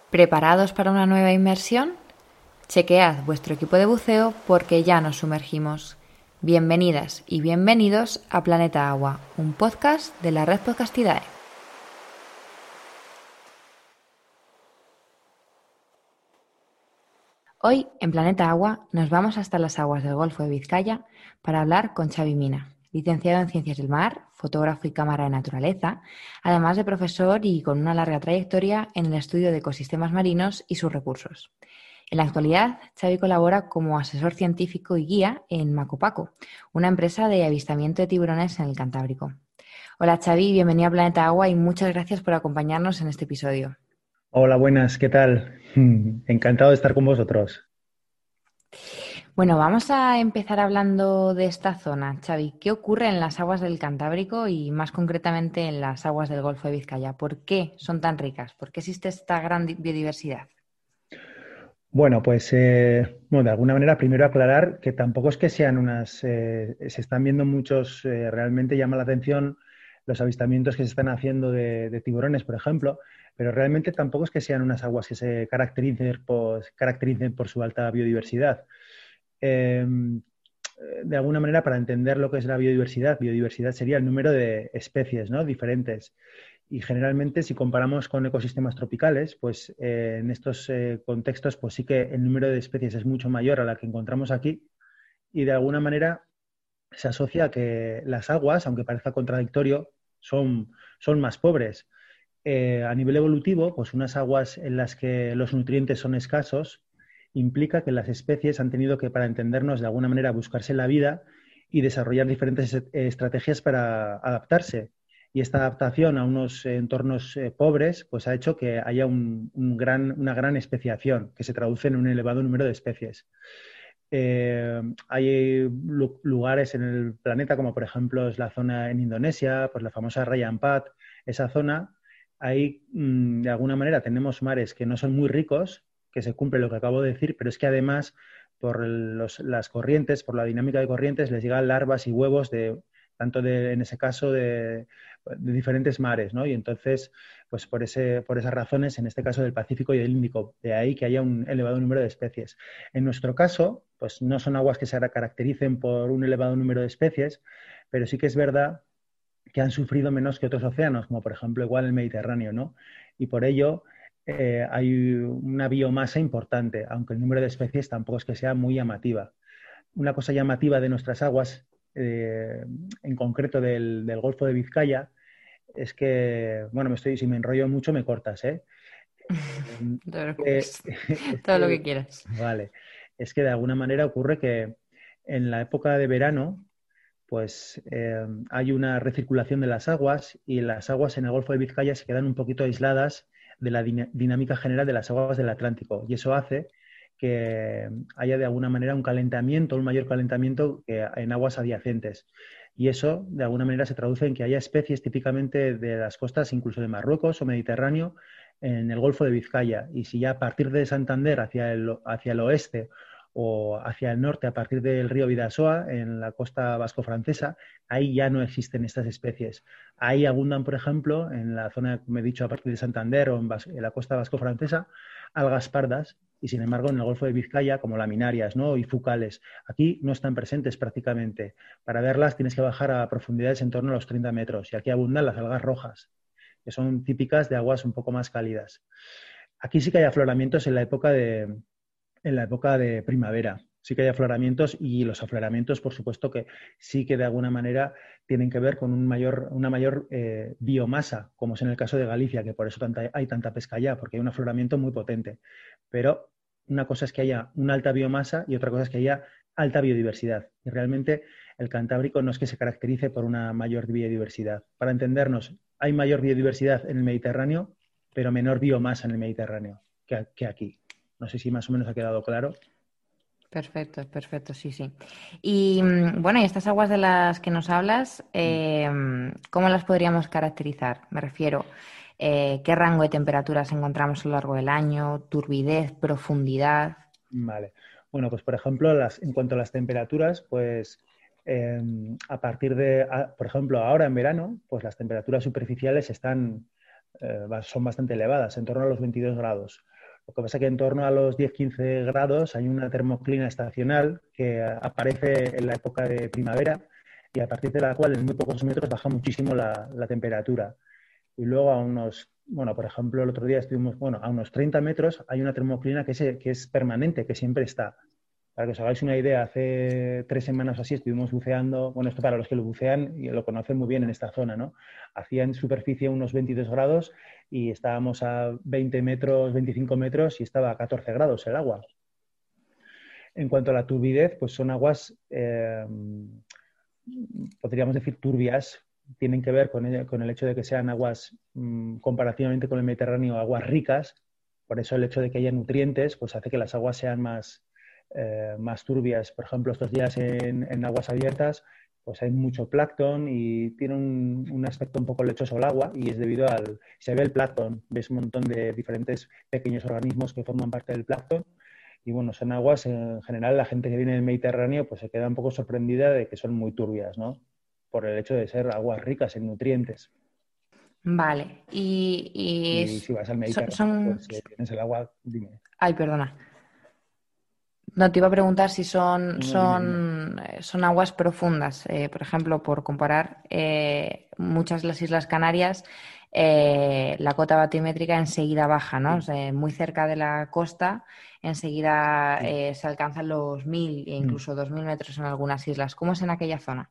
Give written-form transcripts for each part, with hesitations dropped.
¿Preparados para una nueva inmersión? Chequead vuestro equipo de buceo porque ya nos sumergimos. Bienvenidas y bienvenidos a Planeta Agua, un podcast de la Red Podcastidae. Hoy, en Planeta Agua, nos vamos hasta las aguas del Golfo de Vizcaya para hablar con Xavi Mina, licenciado en Ciencias del Mar, fotógrafo y cámara de naturaleza, además de profesor y con una larga trayectoria en el estudio de ecosistemas marinos y sus recursos. En la actualidad, Xavi colabora como asesor científico y guía en Macopaco, una empresa de avistamiento de tiburones en el Cantábrico. Hola Xavi, bienvenido a Planeta Agua y muchas gracias por acompañarnos en este episodio. Hola, buenas, ¿qué tal? Encantado de estar con vosotros. Bueno, vamos a empezar hablando de esta zona. Xavi, ¿qué ocurre en las aguas del Cantábrico y más concretamente en las aguas del Golfo de Vizcaya? ¿Por qué son tan ricas? ¿Por qué existe esta gran biodiversidad? Bueno, pues de alguna manera primero aclarar que tampoco es que sean se están viendo muchos, realmente llama la atención los avistamientos que se están haciendo de tiburones, por ejemplo, pero realmente tampoco es que sean unas aguas que se caractericen por su alta biodiversidad. Eh, de alguna manera, para entender lo que es la biodiversidad, biodiversidad sería el número de especies, ¿no? Diferentes. Y generalmente, si comparamos con ecosistemas tropicales, pues en estos contextos, pues sí que el número de especies es mucho mayor a la que encontramos aquí y de alguna manera se asocia a que las aguas, aunque parezca contradictorio, son más pobres. A nivel evolutivo, pues unas aguas en las que los nutrientes son escasos implica que las especies han tenido que, para entendernos, de alguna manera buscarse la vida y desarrollar diferentes estrategias para adaptarse. Y esta adaptación a unos entornos pobres pues ha hecho que haya una gran especiación que se traduce en un elevado número de especies. Hay lugares en el planeta, como por ejemplo es la zona en Indonesia, pues la famosa Rayan Pat, esa zona, ahí de alguna manera tenemos mares que no son muy ricos, que se cumple lo que acabo de decir, pero es que además las corrientes, por la dinámica de corrientes, les llegan larvas y huevos en ese caso, de diferentes mares, ¿no? Y entonces, pues por esas razones, en este caso del Pacífico y del Índico, de ahí que haya un elevado número de especies. En nuestro caso, pues no son aguas que se caractericen por un elevado número de especies, pero sí que es verdad que han sufrido menos que otros océanos, como por ejemplo igual el Mediterráneo, ¿no? Y por ello hay una biomasa importante, aunque el número de especies tampoco es que sea muy llamativa. Una cosa llamativa de nuestras aguas, en concreto del Golfo de Vizcaya, es que, bueno, si me enrollo mucho me cortas, ¿eh? No te Eh, preocupes, es todo lo que que, quieras. vale, es que de alguna manera ocurre que en la época de verano, pues hay una recirculación de las aguas y las aguas en el Golfo de Vizcaya se quedan un poquito aisladas de la dinámica general de las aguas del Atlántico. Y eso hace que haya de alguna manera un mayor calentamiento que en aguas adyacentes. Y eso de alguna manera se traduce en que haya especies típicamente de las costas, incluso de Marruecos o Mediterráneo, en el Golfo de Vizcaya. Y si ya a partir de Santander hacia el oeste o hacia el norte a partir del río Bidasoa, en la costa vasco-francesa, ahí ya no existen estas especies. Ahí abundan, por ejemplo, en la zona, como he dicho, a partir de Santander o en la costa vasco-francesa, algas pardas, y sin embargo en el Golfo de Vizcaya, como laminarias, ¿no? Y fucales, aquí no están presentes prácticamente. Para verlas tienes que bajar a profundidades en torno a los 30 metros, y aquí abundan las algas rojas, que son típicas de aguas un poco más cálidas. Aquí sí que hay afloramientos en la época de primavera. Sí que hay afloramientos y los afloramientos, por supuesto, que sí que de alguna manera tienen que ver con una mayor biomasa, como es en el caso de Galicia, que por eso hay tanta pesca allá, porque hay un afloramiento muy potente. Pero una cosa es que haya una alta biomasa y otra cosa es que haya alta biodiversidad. Y realmente el Cantábrico no es que se caracterice por una mayor biodiversidad. Para entendernos, hay mayor biodiversidad en el Mediterráneo, pero menor biomasa en el Mediterráneo que aquí. No sé si más o menos ha quedado claro. Perfecto, perfecto, sí, sí. Y bueno, y estas aguas de las que nos hablas, ¿cómo las podríamos caracterizar? Me refiero, ¿qué rango de temperaturas encontramos a lo largo del año? ¿Turbidez, profundidad? Vale. Bueno, pues por ejemplo, en cuanto a las temperaturas, pues eh, por ejemplo, ahora en verano, pues las temperaturas superficiales son bastante elevadas, en torno a los 22 grados. Lo que pasa es que en torno a los 10-15 grados hay una termoclina estacional que aparece en la época de primavera y a partir de la cual en muy pocos metros baja muchísimo la temperatura. Y luego a unos, bueno, por ejemplo, el otro día estuvimos, bueno, a unos 30 metros hay una termoclina que es permanente, que siempre está. Para que os hagáis una idea, hace 3 semanas así estuvimos buceando, bueno, esto para los que lo bucean y lo conocen muy bien en esta zona, ¿no? Hacía en superficie unos 22 grados y estábamos a 20 metros, 25 metros y estaba a 14 grados el agua. En cuanto a la turbidez, pues son aguas, podríamos decir, turbias. Tienen que ver con el hecho de que sean aguas, comparativamente con el Mediterráneo, aguas ricas. Por eso el hecho de que haya nutrientes, pues hace que las aguas sean más turbias. Por ejemplo, estos días en aguas abiertas, pues hay mucho plancton y tiene un aspecto un poco lechoso el agua y es debido al... Se ve el plancton, ves un montón de diferentes pequeños organismos que forman parte del plancton. Y bueno, son aguas, en general, la gente que viene del Mediterráneo pues se queda un poco sorprendida de que son muy turbias, ¿no? Por el hecho de ser aguas ricas en nutrientes. Vale. Y si vas al Mediterráneo, son... pues tienes el agua, dime. Ay, perdona. No, te iba a preguntar si No, no, dime, dime. son aguas profundas. Por ejemplo, por comparar, muchas de las Islas Canarias, la cota batimétrica enseguida baja, ¿no? O Sí, sea, muy cerca de la costa, enseguida sí. se alcanzan los 1.000 e incluso 2.000 metros en algunas islas. ¿Cómo es en aquella zona?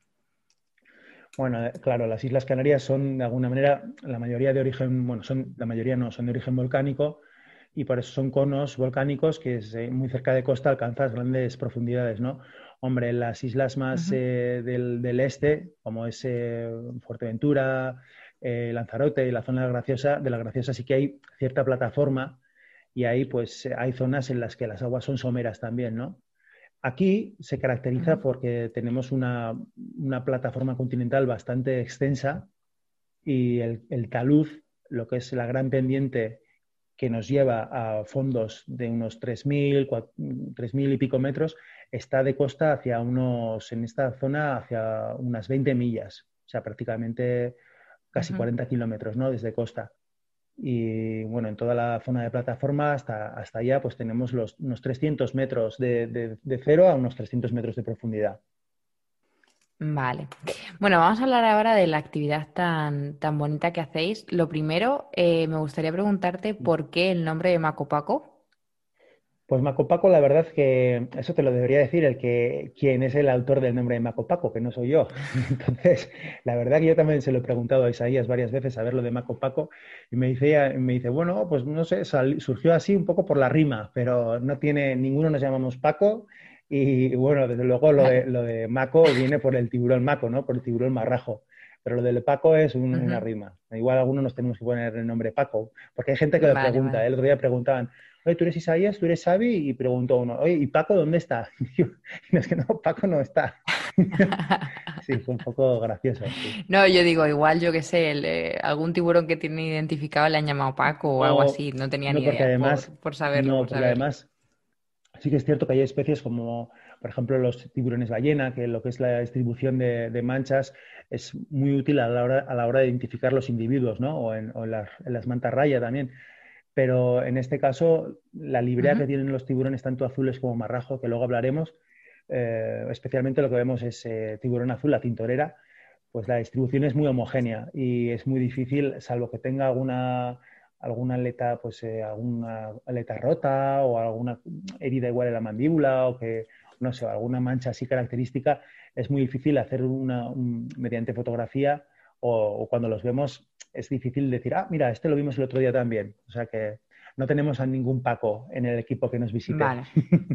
Bueno, claro, las Islas Canarias son de alguna manera la mayoría de origen, bueno, la mayoría no, son de origen volcánico y por eso son conos volcánicos que muy cerca de costa alcanzan grandes profundidades, ¿no? Hombre, las islas más Ujú. del este, como es Fuerteventura, Lanzarote y la zona de la Graciosa, sí que hay cierta plataforma y ahí pues hay zonas en las que las aguas son someras también, ¿no? Aquí se caracteriza Ujú. porque tenemos una plataforma continental bastante extensa y el talud, lo que es la gran pendiente que nos lleva a fondos de unos 3.000 y pico metros, está de costa en esta zona, hacia unas 20 millas, o sea, prácticamente casi Ujú. 40 kilómetros, ¿no? Desde costa. Y bueno, en toda la zona de plataforma hasta allá, pues tenemos unos 300 metros de cero a unos 300 metros de profundidad. Vale. Bueno, vamos a hablar ahora de la actividad tan bonita que hacéis. Lo primero, me gustaría preguntarte por qué el nombre de Macopaco. Pues Macopaco, la verdad es que eso te lo debería decir quién es el autor del nombre de Macopaco, que no soy yo. Entonces, la verdad que yo también se lo he preguntado a Isaías varias veces a ver lo de Macopaco y me dice, bueno, pues no sé, surgió así un poco por la rima, pero no tiene, ninguno nos llamamos Paco y bueno, desde luego lo de, Vale. lo de Maco viene por el tiburón Maco, ¿no? Por el tiburón marrajo. Pero lo del Paco es una Ujú. rima. Igual algunos nos tenemos que poner el nombre Paco, porque hay gente que lo Vale, pregunta. vale. El otro día preguntaban, oye, ¿tú eres Isaías? ¿Tú eres Xavi? Y preguntó uno, oye, ¿y Paco dónde está? Y yo, es que no, Paco no está. Sí, fue un poco gracioso, sí. No, yo digo, igual, yo qué sé, algún tiburón que tiene identificado le han llamado Paco o algo No, así. No tenía no, ni porque idea, además, por saberlo, no, por porque saberlo. además sí que es cierto que hay especies como, por ejemplo, los tiburones ballena, que lo que es la distribución de manchas es muy útil a la hora de identificar los individuos, ¿no? O en las mantas raya también. Pero en este caso, la librea Ujú. que tienen los tiburones, tanto azules como marrajo, que luego hablaremos, especialmente lo que vemos es tiburón azul, la tintorera, pues la distribución es muy homogénea y es muy difícil, salvo que tenga alguna aleta, pues alguna aleta rota o alguna herida igual en la mandíbula o que, no sé, alguna mancha así característica, es muy difícil hacer mediante fotografía o cuando los vemos es difícil decir, ah, mira, este lo vimos el otro día también. O sea que no tenemos a ningún Paco en el equipo que nos visite. Vale.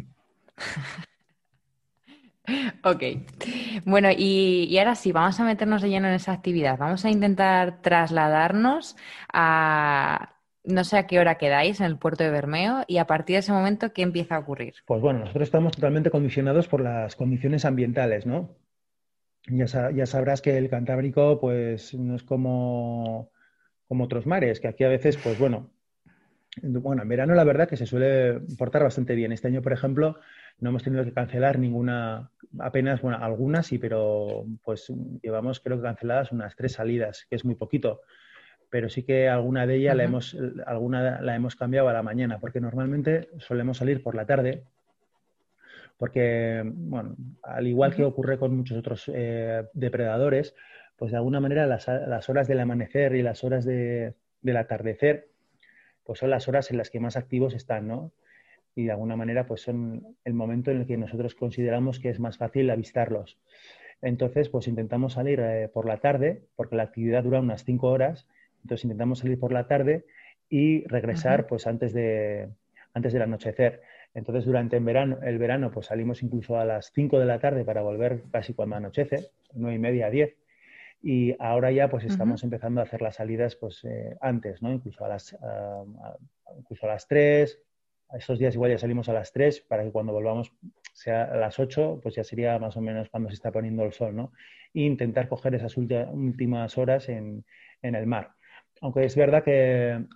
Ok. Bueno, y ahora sí, vamos a meternos de lleno en esa actividad. Vamos a intentar trasladarnos a, no sé a qué hora quedáis en el puerto de Bermeo y a partir de ese momento, ¿qué empieza a ocurrir? Pues bueno, nosotros estamos totalmente condicionados por las condiciones ambientales, ¿no? Ya sabrás que el Cantábrico, pues, no es como otros mares, que aquí a veces, pues bueno, en verano la verdad que se suele portar bastante bien. Este año, por ejemplo, no hemos tenido que cancelar ninguna, apenas, bueno, algunas sí, pero pues llevamos creo que canceladas unas 3 salidas, que es muy poquito. pero sí que alguna de ellas Ujú, alguna la hemos cambiado a la mañana, porque normalmente solemos salir por la tarde, porque, bueno, al igual que ujú, ocurre con muchos otros depredadores, pues de alguna manera las horas del amanecer y las horas del atardecer, pues son las horas en las que más activos están, ¿no? Y de alguna manera pues son el momento en el que nosotros consideramos que es más fácil avistarlos. Entonces, pues intentamos salir por la tarde, porque la actividad dura unas 5 horas, entonces intentamos salir por la tarde y regresar ujú. pues antes del anochecer. Entonces, durante el verano, pues salimos incluso a las 5 de la tarde para volver casi cuando anochece, 9:30, 10. Y ahora ya pues Ujú. estamos empezando a hacer las salidas pues antes, ¿no? Incluso a las 3. Estos días igual ya salimos a las 3 para que cuando volvamos sea a las 8, pues ya sería más o menos cuando se está poniendo el sol, ¿no? E intentar coger esas últimas horas en el mar. Aunque es verdad que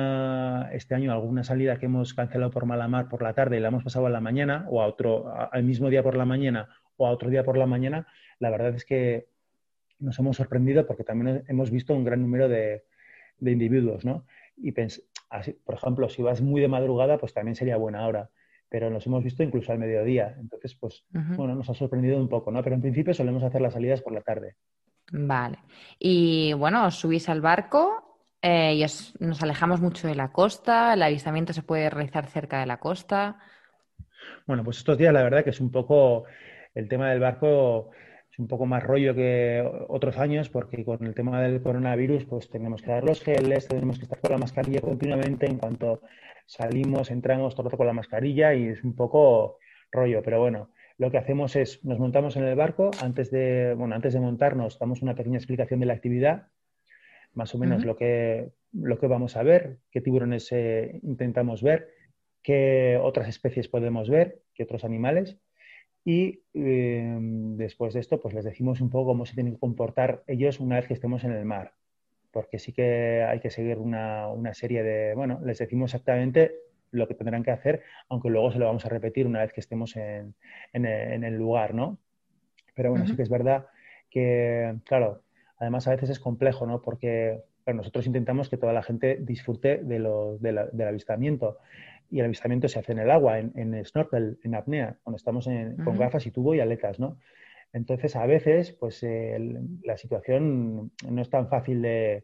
este año alguna salida que hemos cancelado por mala mar por la tarde y la hemos pasado a la mañana o al mismo día por la mañana o a otro día por la mañana, la verdad es que nos hemos sorprendido porque también hemos visto un gran número de individuos, ¿no? Y así, por ejemplo, si vas muy de madrugada, pues también sería buena hora, pero nos hemos visto incluso al mediodía. Entonces, pues, Ujú. bueno, nos ha sorprendido un poco, ¿no? Pero en principio solemos hacer las salidas por la tarde. Vale. Y bueno, os subís al barco y nos alejamos mucho de la costa. El avistamiento se puede realizar cerca de la costa. Bueno, pues estos días la verdad que es un poco, el tema del barco es un poco más rollo que otros años porque con el tema del coronavirus pues tenemos que dar los geles, tenemos que estar con la mascarilla continuamente en cuanto salimos, entramos todo el rato con la mascarilla y es un poco rollo, pero bueno, lo que hacemos es nos montamos en el barco, antes de montarnos damos una pequeña explicación de la actividad, más o menos Ujú. lo que vamos a ver, qué tiburones intentamos ver, qué otras especies podemos ver, qué otros animales. Y después de esto, pues les decimos un poco cómo se tienen que comportar ellos una vez que estemos en el mar. Porque sí que hay que seguir una serie de, bueno, les decimos exactamente lo que tendrán que hacer, aunque luego se lo vamos a repetir una vez que estemos en el lugar, ¿no? Pero bueno, sí Ujú. que es verdad que, claro, además a veces es complejo, ¿no? Porque claro, nosotros intentamos que toda la gente disfrute del avistamiento. Y el avistamiento se hace en el agua, en snorkel, en apnea, cuando estamos con Ujú. gafas y tubo y aletas, ¿no? Entonces, a veces, pues la situación no es tan fácil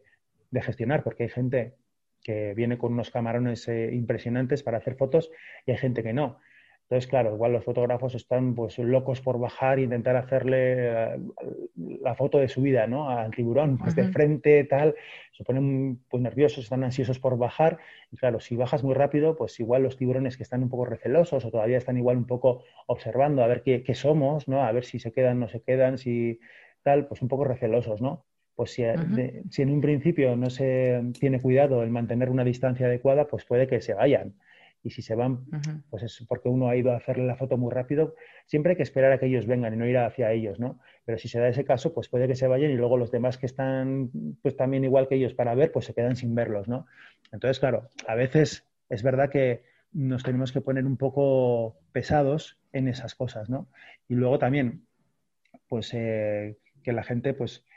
de gestionar porque hay gente que viene con unos camarones impresionantes para hacer fotos y hay gente que no. Entonces, claro, igual los fotógrafos están pues locos por bajar e intentar hacerle la foto de su vida, ¿no? Al tiburón, pues de Ujú. frente, tal, se ponen pues nerviosos, están ansiosos por bajar. Y claro, si bajas muy rápido, pues igual los tiburones que están un poco recelosos o todavía están igual un poco observando a ver qué somos, ¿no? A ver si se quedan, no se quedan, si tal, pues un poco recelosos, ¿no? Pues Ujú. si en un principio no se tiene cuidado en mantener una distancia adecuada, pues puede que se vayan. Y si se van, Ujú. pues es porque uno ha ido a hacerle la foto muy rápido. Siempre hay que esperar a que ellos vengan y no ir hacia ellos, ¿no? Pero si se da ese caso, pues puede que se vayan y luego los demás que están pues también igual que ellos para ver, pues se quedan sin verlos, ¿no? Entonces, claro, a veces es verdad que nos tenemos que poner un poco pesados en esas cosas, ¿no? Y luego también, pues que la gente pues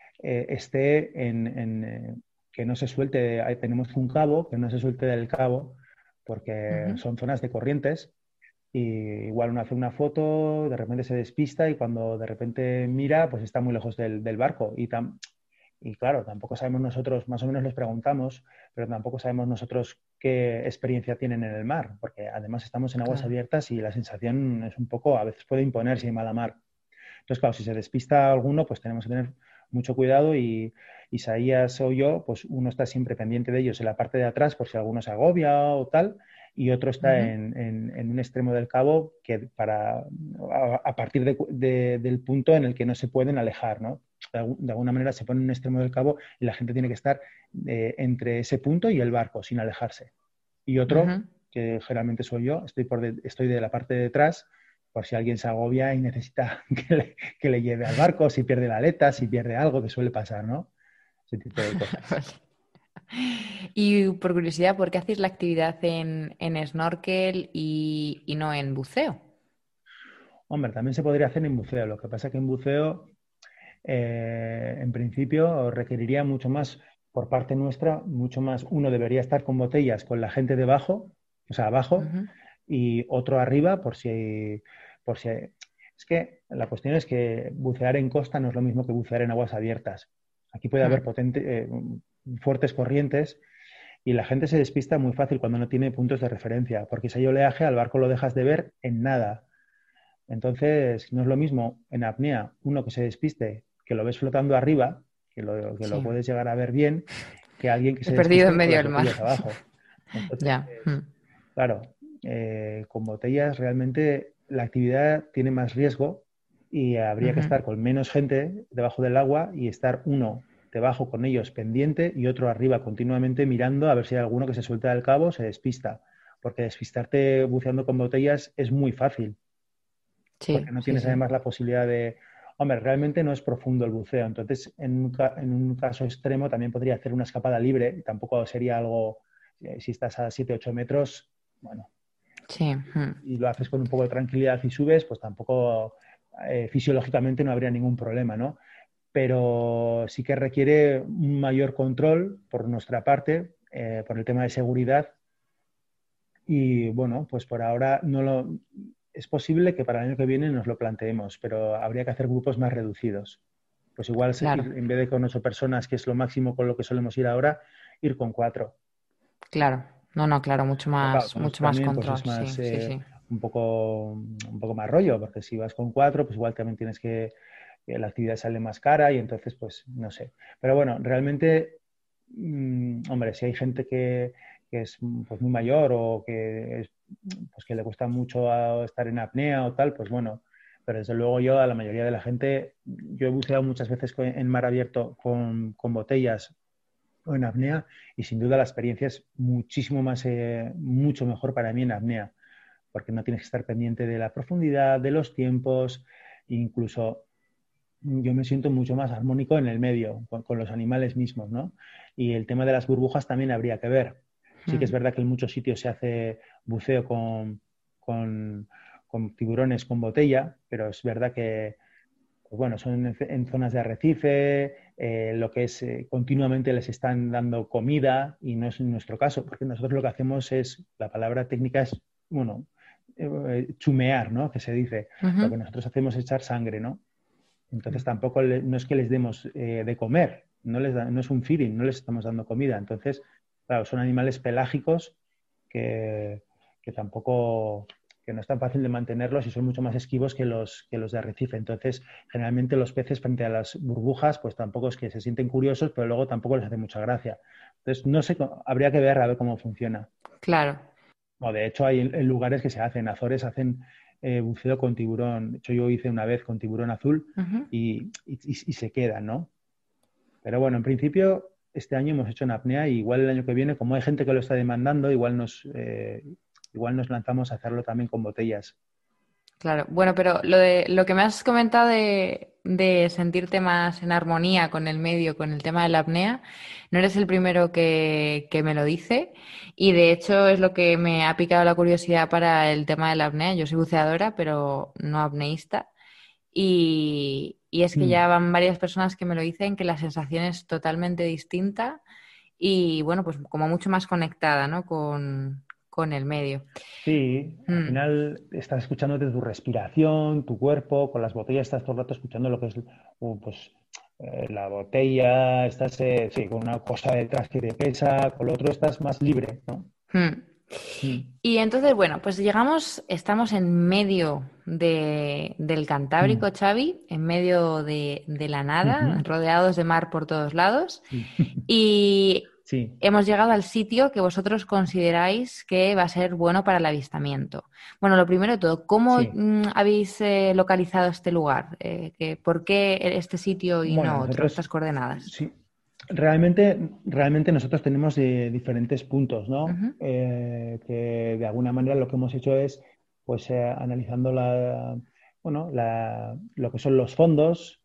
esté que no se suelte, ahí tenemos un cabo, que no se suelte del cabo, porque Ujú. son zonas de corrientes y igual uno hace una foto, de repente se despista y cuando de repente mira, pues está muy lejos del barco. Y claro, tampoco sabemos nosotros, más o menos les preguntamos, pero tampoco sabemos nosotros qué experiencia tienen en el mar, porque además estamos en aguas Claro. abiertas y la sensación es un poco, a veces puede imponer si hay mala mar. Entonces, claro, si se despista alguno, pues tenemos que tener mucho cuidado y Isaías o yo, pues uno está siempre pendiente de ellos en la parte de atrás por si alguno se agobia o tal, y otro está Ujú. en un extremo del cabo a partir del punto en el que no se pueden alejar, ¿no? De alguna manera se pone en un extremo del cabo y la gente tiene que estar entre ese punto y el barco, sin alejarse. Y otro, Ujú. que generalmente soy yo, estoy de la parte de detrás por si alguien se agobia y necesita que le lleve al barco, si pierde la aleta, si pierde algo, que suele pasar, ¿no? Ese tipo de cosas. Vale. Y por curiosidad, ¿por qué hacéis la actividad en snorkel y no en buceo? Hombre, también se podría hacer en buceo. Lo que pasa es que en buceo, en principio, requeriría mucho más por parte nuestra, mucho más, uno debería estar con botellas con la gente debajo, o sea, abajo, Ujú. y otro arriba Es que la cuestión es que bucear en costa no es lo mismo que bucear en aguas abiertas. Aquí puede haber Mm. fuertes corrientes y la gente se despista muy fácil cuando no tiene puntos de referencia, porque si hay oleaje al barco lo dejas de ver en nada. Entonces, no es lo mismo en apnea uno que se despiste, que lo ves flotando arriba, que lo Sí, puedes llegar a ver bien, que alguien que he se perdido en despiste con medio las del mar. botellas abajo. Entonces, Ya. Mm. claro, con botellas realmente la actividad tiene más riesgo y habría que Ujú. estar con menos gente debajo del agua y estar uno debajo con ellos pendiente y otro arriba continuamente mirando a ver si hay alguno que se suelta del cabo o se despista. Porque despistarte buceando con botellas es muy fácil, Sí, porque no sí, tienes sí. además la posibilidad de... Hombre, realmente no es profundo el buceo, entonces en un caso extremo también podría hacer una escapada libre y tampoco sería algo, si estás a 7 u 8 metros, bueno, Sí. Mm. y lo haces con un poco de tranquilidad y subes, pues tampoco fisiológicamente no habría ningún problema, ¿no? Pero sí que requiere un mayor control por nuestra parte, por el tema de seguridad. Y bueno, pues por ahora es posible que para el año que viene nos lo planteemos, pero habría que hacer grupos más reducidos. Pues igual Claro, en vez de con 8 personas, que es lo máximo con lo que solemos ir ahora, ir con 4. claro. No, no, claro, Pero claro, con eso mucho más también pues control, es sí, más sí, sí. un poco más rollo, porque si vas con 4, pues igual también tienes que la actividad sale más cara y entonces, pues no sé. Pero bueno, realmente, hombre, si hay gente que es pues, muy mayor o pues, que le cuesta mucho estar en apnea o tal, pues bueno, pero desde luego yo a la mayoría de la gente, yo he buceado muchas veces en mar abierto con botellas o en apnea y sin duda la experiencia es muchísimo más, mucho mejor para mí en apnea, porque no tienes que estar pendiente de la profundidad, de los tiempos, incluso yo me siento mucho más armónico en el medio, con los animales mismos, ¿no? Y el tema de las burbujas también habría que ver. Sí que es Mm. verdad que en muchos sitios se hace buceo con, con tiburones con botella, pero es verdad que pues bueno, son en zonas de arrecife, lo que es continuamente les están dando comida y no es en nuestro caso, porque nosotros lo que hacemos es, la palabra técnica es, bueno, chumear, ¿no? Que se dice. Lo Ujú. que nosotros hacemos es echar sangre, ¿no? Entonces tampoco no es que les demos de comer, no es un feeding, no les estamos dando comida. Entonces, claro, son animales pelágicos que, que tampoco, que no es tan fácil de mantenerlos y son mucho más esquivos que los de arrecife. Entonces, generalmente los peces frente a las burbujas, pues tampoco es que se sienten curiosos, pero luego tampoco les hace mucha gracia. Entonces, no sé, habría que ver a ver cómo funciona. Claro. No, de hecho, hay en lugares que se hacen. En Azores hacen buceo con tiburón. De hecho, yo hice una vez con tiburón azul Ujú. y se quedan, ¿no? Pero bueno, en principio, este año hemos hecho en apnea y igual el año que viene, como hay gente que lo está demandando, igual nos lanzamos a hacerlo también con botellas. Claro, bueno, pero lo que me has comentado de sentirte más en armonía con el medio, con el tema de la apnea, no eres el primero que me lo dice y de hecho es lo que me ha picado la curiosidad para el tema de la apnea. Yo soy buceadora, pero no apneísta y es que Mm. ya van varias personas que me lo dicen que la sensación es totalmente distinta y bueno, pues como mucho más conectada, ¿no? Con el medio. Sí, al Mm. final estás escuchándote tu respiración, tu cuerpo, con las botellas estás todo el rato escuchando lo que es pues, la botella, estás sí, con una cosa detrás que te pesa, con lo otro estás más libre, ¿no? Mm. Mm, Y entonces, bueno, pues estamos en medio del mm, Cantábrico, Xavi, en medio de la nada, ujú, rodeados de mar por todos lados, sí, y sí, hemos llegado al sitio que vosotros consideráis que va a ser bueno para el avistamiento. Bueno, lo primero de todo, ¿cómo sí. habéis localizado este lugar? ¿Por qué este sitio y Bueno, no otro, nosotros, estas coordenadas? sí, realmente nosotros tenemos diferentes puntos, ¿no? Ujú. Que de alguna manera lo que hemos hecho es, pues, analizando bueno, lo que son los fondos,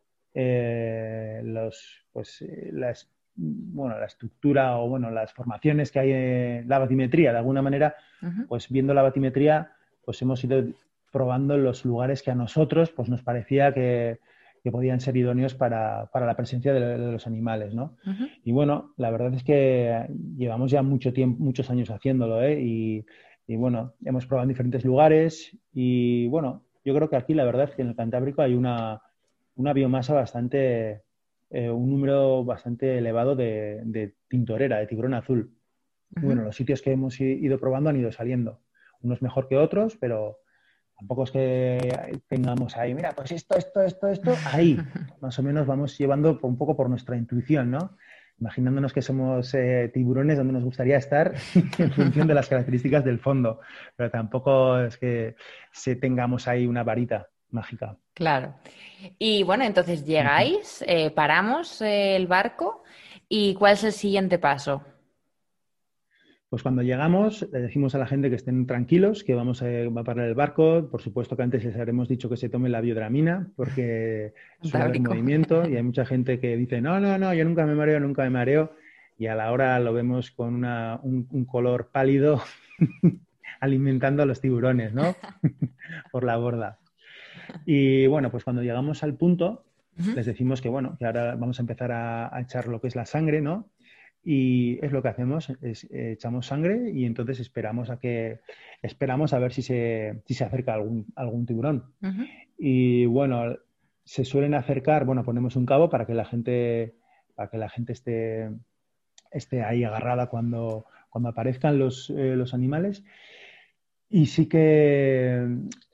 bueno, la estructura o, bueno, las formaciones que hay en la batimetría, de alguna manera, Ujú. pues viendo la batimetría, pues hemos ido probando los lugares que a nosotros, pues nos parecía que podían ser idóneos para la presencia de los animales, ¿no? Ujú. Y bueno, la verdad es que llevamos ya mucho tiempo, muchos años haciéndolo, ¿eh? Y bueno, hemos probado en diferentes lugares y bueno, yo creo que aquí la verdad es que en el Cantábrico hay una biomasa bastante, un número bastante elevado de tintorera, de tiburón azul. Y Ujú. bueno, los sitios que hemos ido probando han ido saliendo. Unos mejor que otros, pero tampoco es que tengamos ahí, mira, pues esto, ahí. Más o menos vamos llevando un poco por nuestra intuición, ¿no? Imaginándonos que somos tiburones donde nos gustaría estar en función de las características del fondo. Pero tampoco es que tengamos ahí una varita mágica. Claro. Y bueno, entonces Ujú. llegáis, paramos el barco y ¿cuál es el siguiente paso? Pues cuando llegamos, le decimos a la gente que estén tranquilos, que va a parar el barco. Por supuesto que antes les habremos dicho que se tomen la biodramina, porque suele haber Cantábrico. movimiento y hay mucha gente que dice, no, no, no, yo nunca me mareo, nunca me mareo. Y a la hora lo vemos con un color pálido alimentando a los tiburones, ¿no? Por la borda. Y bueno, pues cuando llegamos al punto, Ujú. les decimos que bueno, que ahora vamos a empezar a echar lo que es la sangre, ¿no? Y es lo que hacemos, es echamos sangre y entonces esperamos a ver si se acerca algún tiburón. Ujú. Y bueno, se suelen acercar, bueno, ponemos un cabo para que la gente esté ahí agarrada cuando aparezcan los animales. Y sí que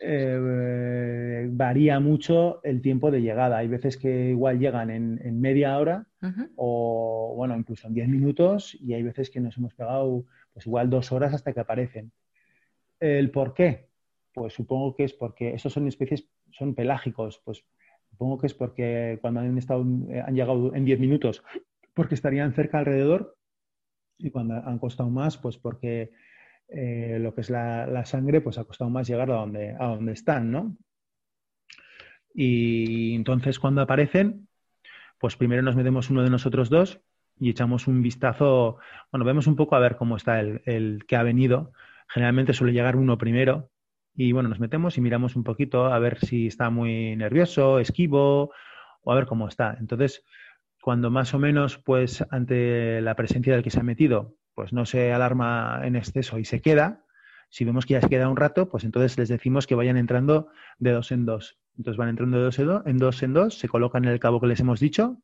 varía mucho el tiempo de llegada. Hay veces que igual llegan en media hora Ujú. o, bueno, incluso en 10 minutos y hay veces que nos hemos pegado pues igual 2 horas hasta que aparecen. ¿El por qué? Pues supongo que es porque esos son especies, son pelágicos, pues supongo que es porque cuando han llegado en 10 minutos, porque estarían cerca alrededor y cuando han costado más, pues porque lo que es la sangre, pues ha costado más llegar a donde están, ¿no? Y entonces cuando aparecen, pues primero nos metemos uno de nosotros dos y echamos un vistazo, bueno, vemos un poco a ver cómo está el que ha venido. Generalmente suele llegar uno primero y bueno, nos metemos y miramos un poquito a ver si está muy nervioso, esquivo o a ver cómo está. Entonces, cuando más o menos, pues ante la presencia del que se ha metido, pues no se alarma en exceso y se queda, si vemos que ya se queda un rato, pues entonces les decimos que vayan entrando de dos en dos. Entonces van entrando de dos en dos, se colocan en el cabo que les hemos dicho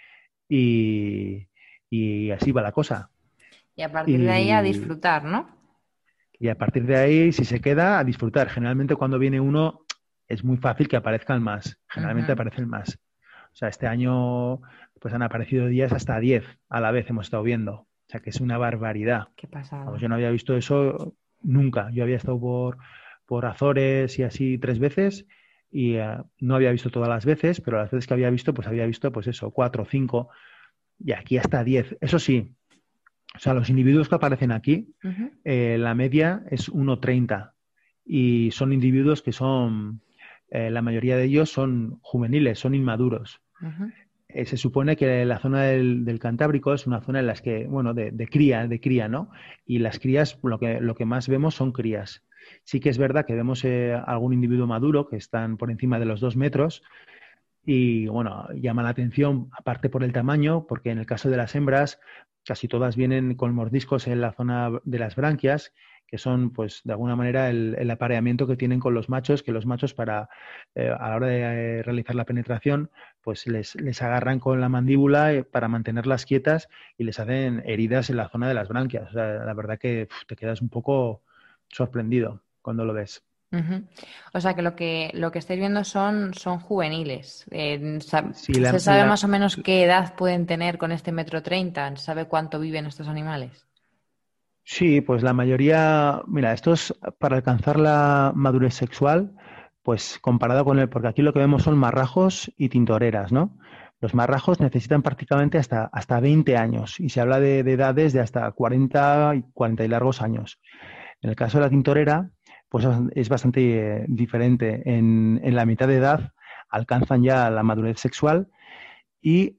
y, y así va la cosa. Y a partir de ahí a Y, disfrutar, ¿no? y a partir de ahí, si se queda, a disfrutar. Generalmente cuando viene uno es muy fácil que aparezcan más. Generalmente Ujú. aparecen más. O sea, este año pues han aparecido días hasta 10 a la vez hemos estado viendo. O sea, que es una barbaridad. Qué Vamos, pasada. yo no había visto eso nunca. Yo había estado por Azores y así 3 veces y no había visto todas las veces, pero las veces que había visto pues eso, 4 o 5 y aquí hasta 10. Eso sí, o sea, los individuos que aparecen aquí, Ujú. la media es 1,30 y son individuos que son, la mayoría de ellos son juveniles, son inmaduros. Ujú. Se supone que la zona del Cantábrico es una zona en las que, bueno, de cría, ¿no? Y las crías, lo que más vemos son crías. Sí que es verdad que vemos algún individuo maduro que están por encima de los 2 metros y, bueno, llama la atención, aparte por el tamaño, porque en el caso de las hembras, casi todas vienen con mordiscos en la zona de las branquias, que son, pues, de alguna manera el apareamiento que tienen con los machos, que los machos a la hora de realizar la penetración, pues les agarran con la mandíbula para mantenerlas quietas y les hacen heridas en la zona de las branquias. O sea, la verdad que te quedas un poco sorprendido cuando lo ves. Ujú. O sea que lo que estáis viendo son juveniles. Sí, ¿Se sabe más o menos qué edad pueden tener con este 1,30 m? ¿Se sabe cuánto viven estos animales? Sí, pues la mayoría, mira, esto es para alcanzar la madurez sexual, pues comparado con porque aquí lo que vemos son marrajos y tintoreras, ¿no? Los marrajos necesitan prácticamente hasta 20 años y se habla de edades de hasta 40 y 40 y largos años. En el caso de la tintorera, pues es bastante diferente. En la mitad de edad alcanzan ya la madurez sexual y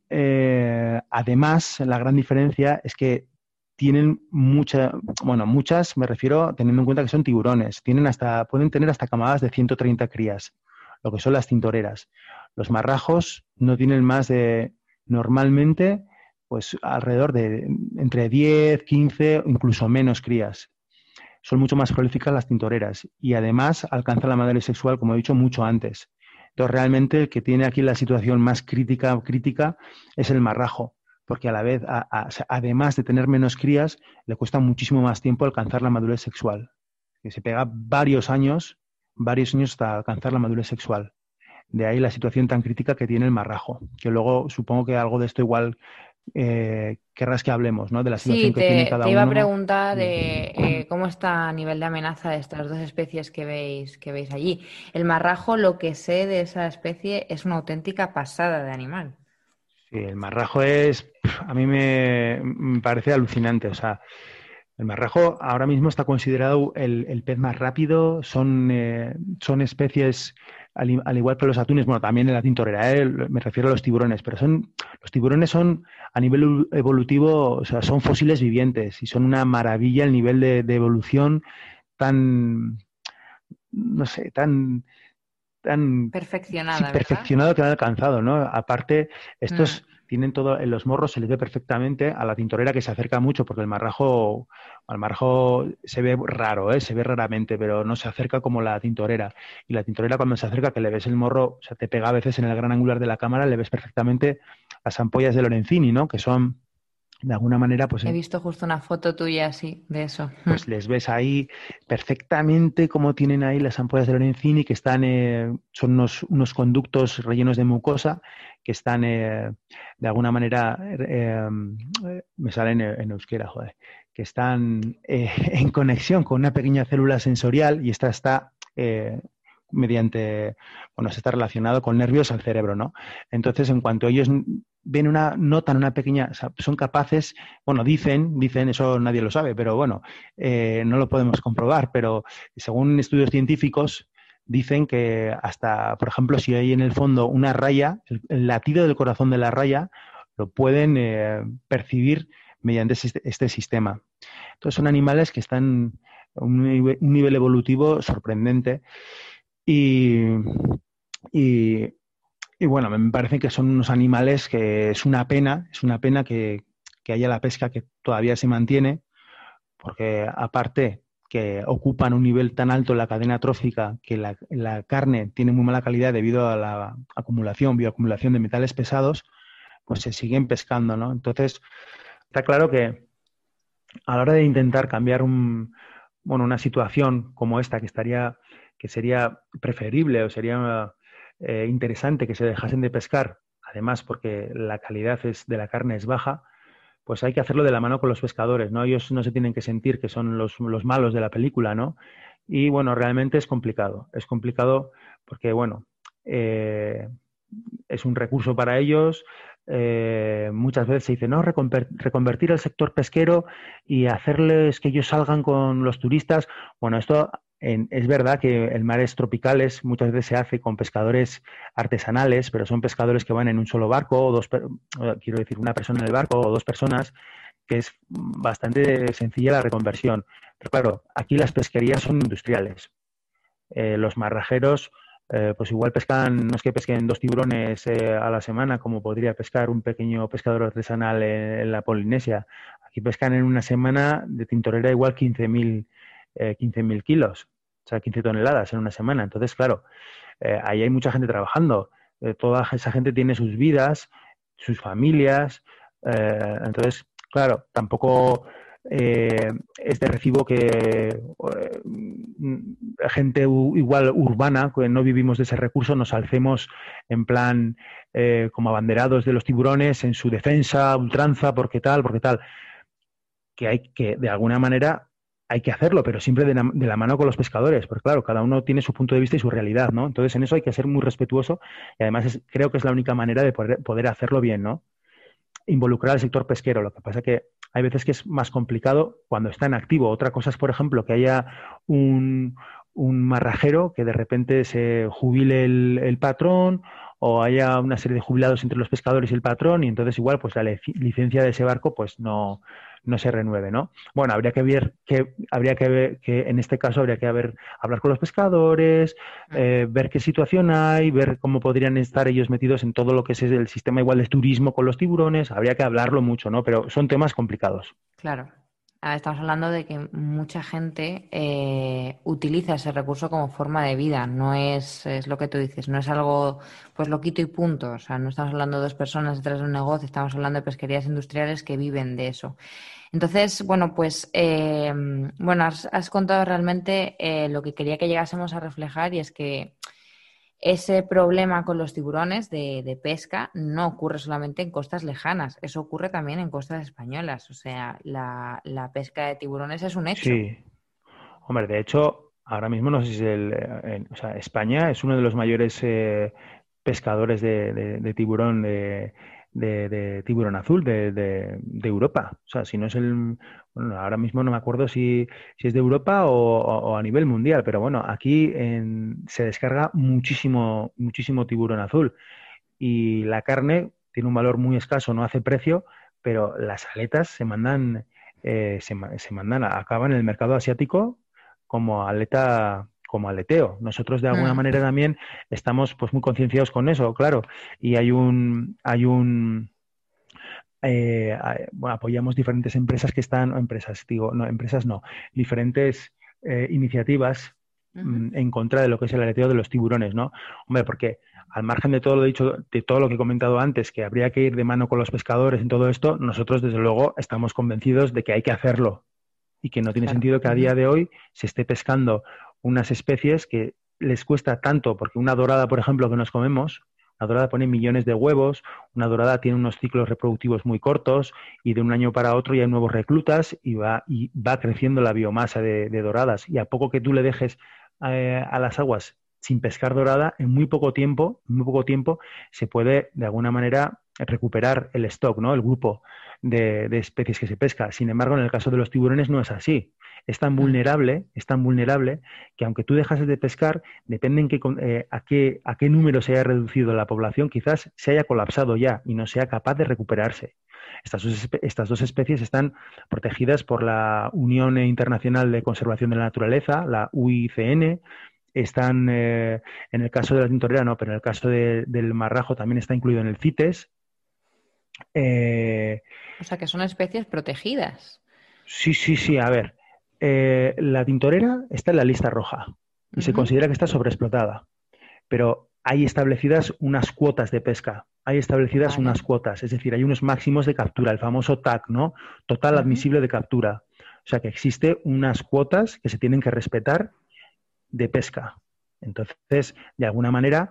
además la gran diferencia es que tienen muchas, me refiero teniendo en cuenta que son tiburones, pueden tener hasta camadas de 130 crías, lo que son las tintoreras. Los marrajos no tienen más de, normalmente, pues alrededor de entre 10, 15 o incluso menos crías. Son mucho más prolíficas las tintoreras y además alcanzan la madurez sexual, como he dicho, mucho antes. Entonces, realmente el que tiene aquí la situación más crítica es el marrajo, porque a la vez, además de tener menos crías, le cuesta muchísimo más tiempo alcanzar la madurez sexual. Que se pega varios años hasta alcanzar la madurez sexual. De ahí la situación tan crítica que tiene el marrajo, que luego supongo que algo de esto igual querrás que hablemos, ¿no? De la Sí, situación que tiene te cada iba a uno. preguntar Sí. cómo está a nivel de amenaza de estas dos especies que veis allí. El marrajo, lo que sé de esa especie, es una auténtica pasada de animal. Sí, el marrajo a mí me parece alucinante. O sea, el marrajo ahora mismo está considerado el pez más rápido. Son especies, al igual que los atunes, bueno, también en la tintorera, me refiero a los tiburones, pero los tiburones son a nivel evolutivo, o sea, son fósiles vivientes y son una maravilla el nivel de evolución tan, no sé, tan sí, Perfeccionada, ¿verdad? perfeccionado que han alcanzado, ¿no? Aparte, Mm. estos tienen todo, en los morros se les ve perfectamente a la tintorera que se acerca mucho, porque al marrajo se ve raro, ¿eh? Se ve raramente, pero no se acerca como la tintorera. Y la tintorera cuando se acerca, que le ves el morro, o sea, te pega a veces en el gran angular de la cámara, le ves perfectamente las ampollas de Lorenzini, ¿no? Que son, de alguna manera, pues He visto justo una foto tuya así, de eso. pues les ves ahí perfectamente cómo tienen ahí las ampollas de Lorenzini, que están, son unos conductos rellenos de mucosa que están, de alguna manera, me salen en euskera, joder, que están en conexión con una pequeña célula sensorial y esta está mediante, bueno, se está relacionado con nervios al cerebro, ¿no? Entonces, en cuanto ellos ven notan una pequeña, o sea, son capaces, bueno, dicen, eso nadie lo sabe, pero bueno, no lo podemos comprobar, pero según estudios científicos, dicen que hasta, por ejemplo, si hay en el fondo una raya, el latido del corazón de la raya, lo pueden percibir mediante este sistema. Entonces son animales que están a un nivel evolutivo sorprendente y, y, y bueno, me parece que son unos animales que es una pena que haya la pesca que todavía se mantiene, porque aparte que ocupan un nivel tan alto en la cadena trófica que la carne tiene muy mala calidad debido a la bioacumulación de metales pesados, pues se siguen pescando, ¿no? Entonces, está claro que a la hora de intentar cambiar una situación como esta, que sería preferible o sería interesante que se dejasen de pescar, además porque la calidad de la carne es baja, pues hay que hacerlo de la mano con los pescadores, ¿no? Ellos no se tienen que sentir que son los malos de la película, ¿no? Y bueno, realmente es complicado. Es complicado porque, bueno, eh, es un recurso para ellos. Muchas veces se dice, no, reconvertir el sector pesquero y hacerles que ellos salgan con los turistas. Bueno, esto es verdad que el mares tropicales muchas veces se hace con pescadores artesanales, pero son pescadores que van en un solo barco, quiero decir, una persona en el barco o dos personas, que es bastante sencilla la reconversión. Pero claro, aquí las pesquerías son industriales. Los marrajeros, pues igual pescan, no es que pesquen dos tiburones a la semana, como podría pescar un pequeño pescador artesanal en la Polinesia. Aquí pescan en una semana de tintorera igual 15.000 kilos, o sea, 15 toneladas en una semana. Entonces, claro, ahí hay mucha gente trabajando. Toda esa gente tiene sus vidas, sus familias. Entonces, claro, tampoco es de recibo que gente igual urbana, que no vivimos de ese recurso, nos alcemos en plan como abanderados de los tiburones en su defensa, ultranza, porque tal, porque tal. Que hay que, de alguna manera, hay que hacerlo, pero siempre de la mano con los pescadores, porque claro, cada uno tiene su punto de vista y su realidad, ¿no? Entonces en eso hay que ser muy respetuoso y además creo que es la única manera de poder hacerlo bien, ¿no? Involucrar al sector pesquero. Lo que pasa que hay veces que es más complicado cuando está en activo. Otra cosa es, por ejemplo, que haya un marrajero que de repente se jubile el patrón o haya una serie de jubilados entre los pescadores y el patrón y entonces igual pues la licencia de ese barco pues no no se renueve, ¿no? Bueno, habría que ver que en este caso hablar con los pescadores, ver qué situación hay, ver cómo podrían estar ellos metidos en todo lo que es el sistema igual de turismo con los tiburones. Habría que hablarlo mucho, ¿no? Pero son temas complicados. Claro. Estamos hablando de que mucha gente utiliza ese recurso como forma de vida. No es lo que tú dices, no es algo, pues lo quito y punto. O sea, no estamos hablando de dos personas detrás de un negocio, estamos hablando de pesquerías industriales que viven de eso. Entonces, bueno, pues, bueno, has contado realmente lo que quería que llegásemos a reflejar y es que ese problema con los tiburones de pesca no ocurre solamente en costas lejanas, eso ocurre también en costas españolas. O sea, la pesca de tiburones es un hecho. Sí, hombre, de hecho, ahora mismo no sé si o sea, España es uno de los mayores pescadores de tiburón, de tiburón azul de Europa. O sea, si no es bueno, ahora mismo no me acuerdo si es de Europa o a nivel mundial, pero bueno, aquí se descarga muchísimo, muchísimo tiburón azul y la carne tiene un valor muy escaso, no hace precio, pero las aletas se mandan, acaban en el mercado asiático como aleteo. Nosotros de alguna Mm, manera también estamos pues muy concienciados con eso, claro, y bueno, apoyamos diferentes empresas que están, o empresas, digo, no, empresas no, diferentes iniciativas ujú. en contra de lo que es el aleteo de los tiburones, ¿no? Hombre, porque al margen de todo lo dicho, de todo lo que he comentado antes, que habría que ir de mano con los pescadores en todo esto, nosotros desde luego estamos convencidos de que hay que hacerlo y que no tiene Claro. sentido que a Ujú. día de hoy se esté pescando unas especies que les cuesta tanto, porque una dorada, por ejemplo, que nos comemos, una dorada pone millones de huevos, una dorada tiene unos ciclos reproductivos muy cortos y de un año para otro ya hay nuevos reclutas y va creciendo la biomasa de doradas. Y a poco que tú le dejes a las aguas sin pescar dorada, en muy poco tiempo se puede de alguna manera recuperar el stock, ¿no? El grupo de especies que se pesca. Sin embargo, en el caso de los tiburones no es así. Mm. Es tan vulnerable que aunque tú dejas de pescar, depende a qué número se haya reducido la población, quizás se haya colapsado ya y no sea capaz de recuperarse. Estas dos especies están protegidas por la Unión Internacional de Conservación de la Naturaleza, la UICN. Están, en el caso de la tintorera no, pero en el caso del marrajo también está incluido en el CITES. Eh, O sea, que son especies protegidas. sí, sí, sí, a ver. La tintorera está en la lista roja y se Ujú. considera que está sobreexplotada, pero hay establecidas unas cuotas de pesca, hay establecidas Vale. unas cuotas, es decir, hay unos máximos de captura, el famoso TAC, ¿no? Total Ujú. admisible de captura. O sea que existe unas cuotas que se tienen que respetar de pesca. Entonces, de alguna manera,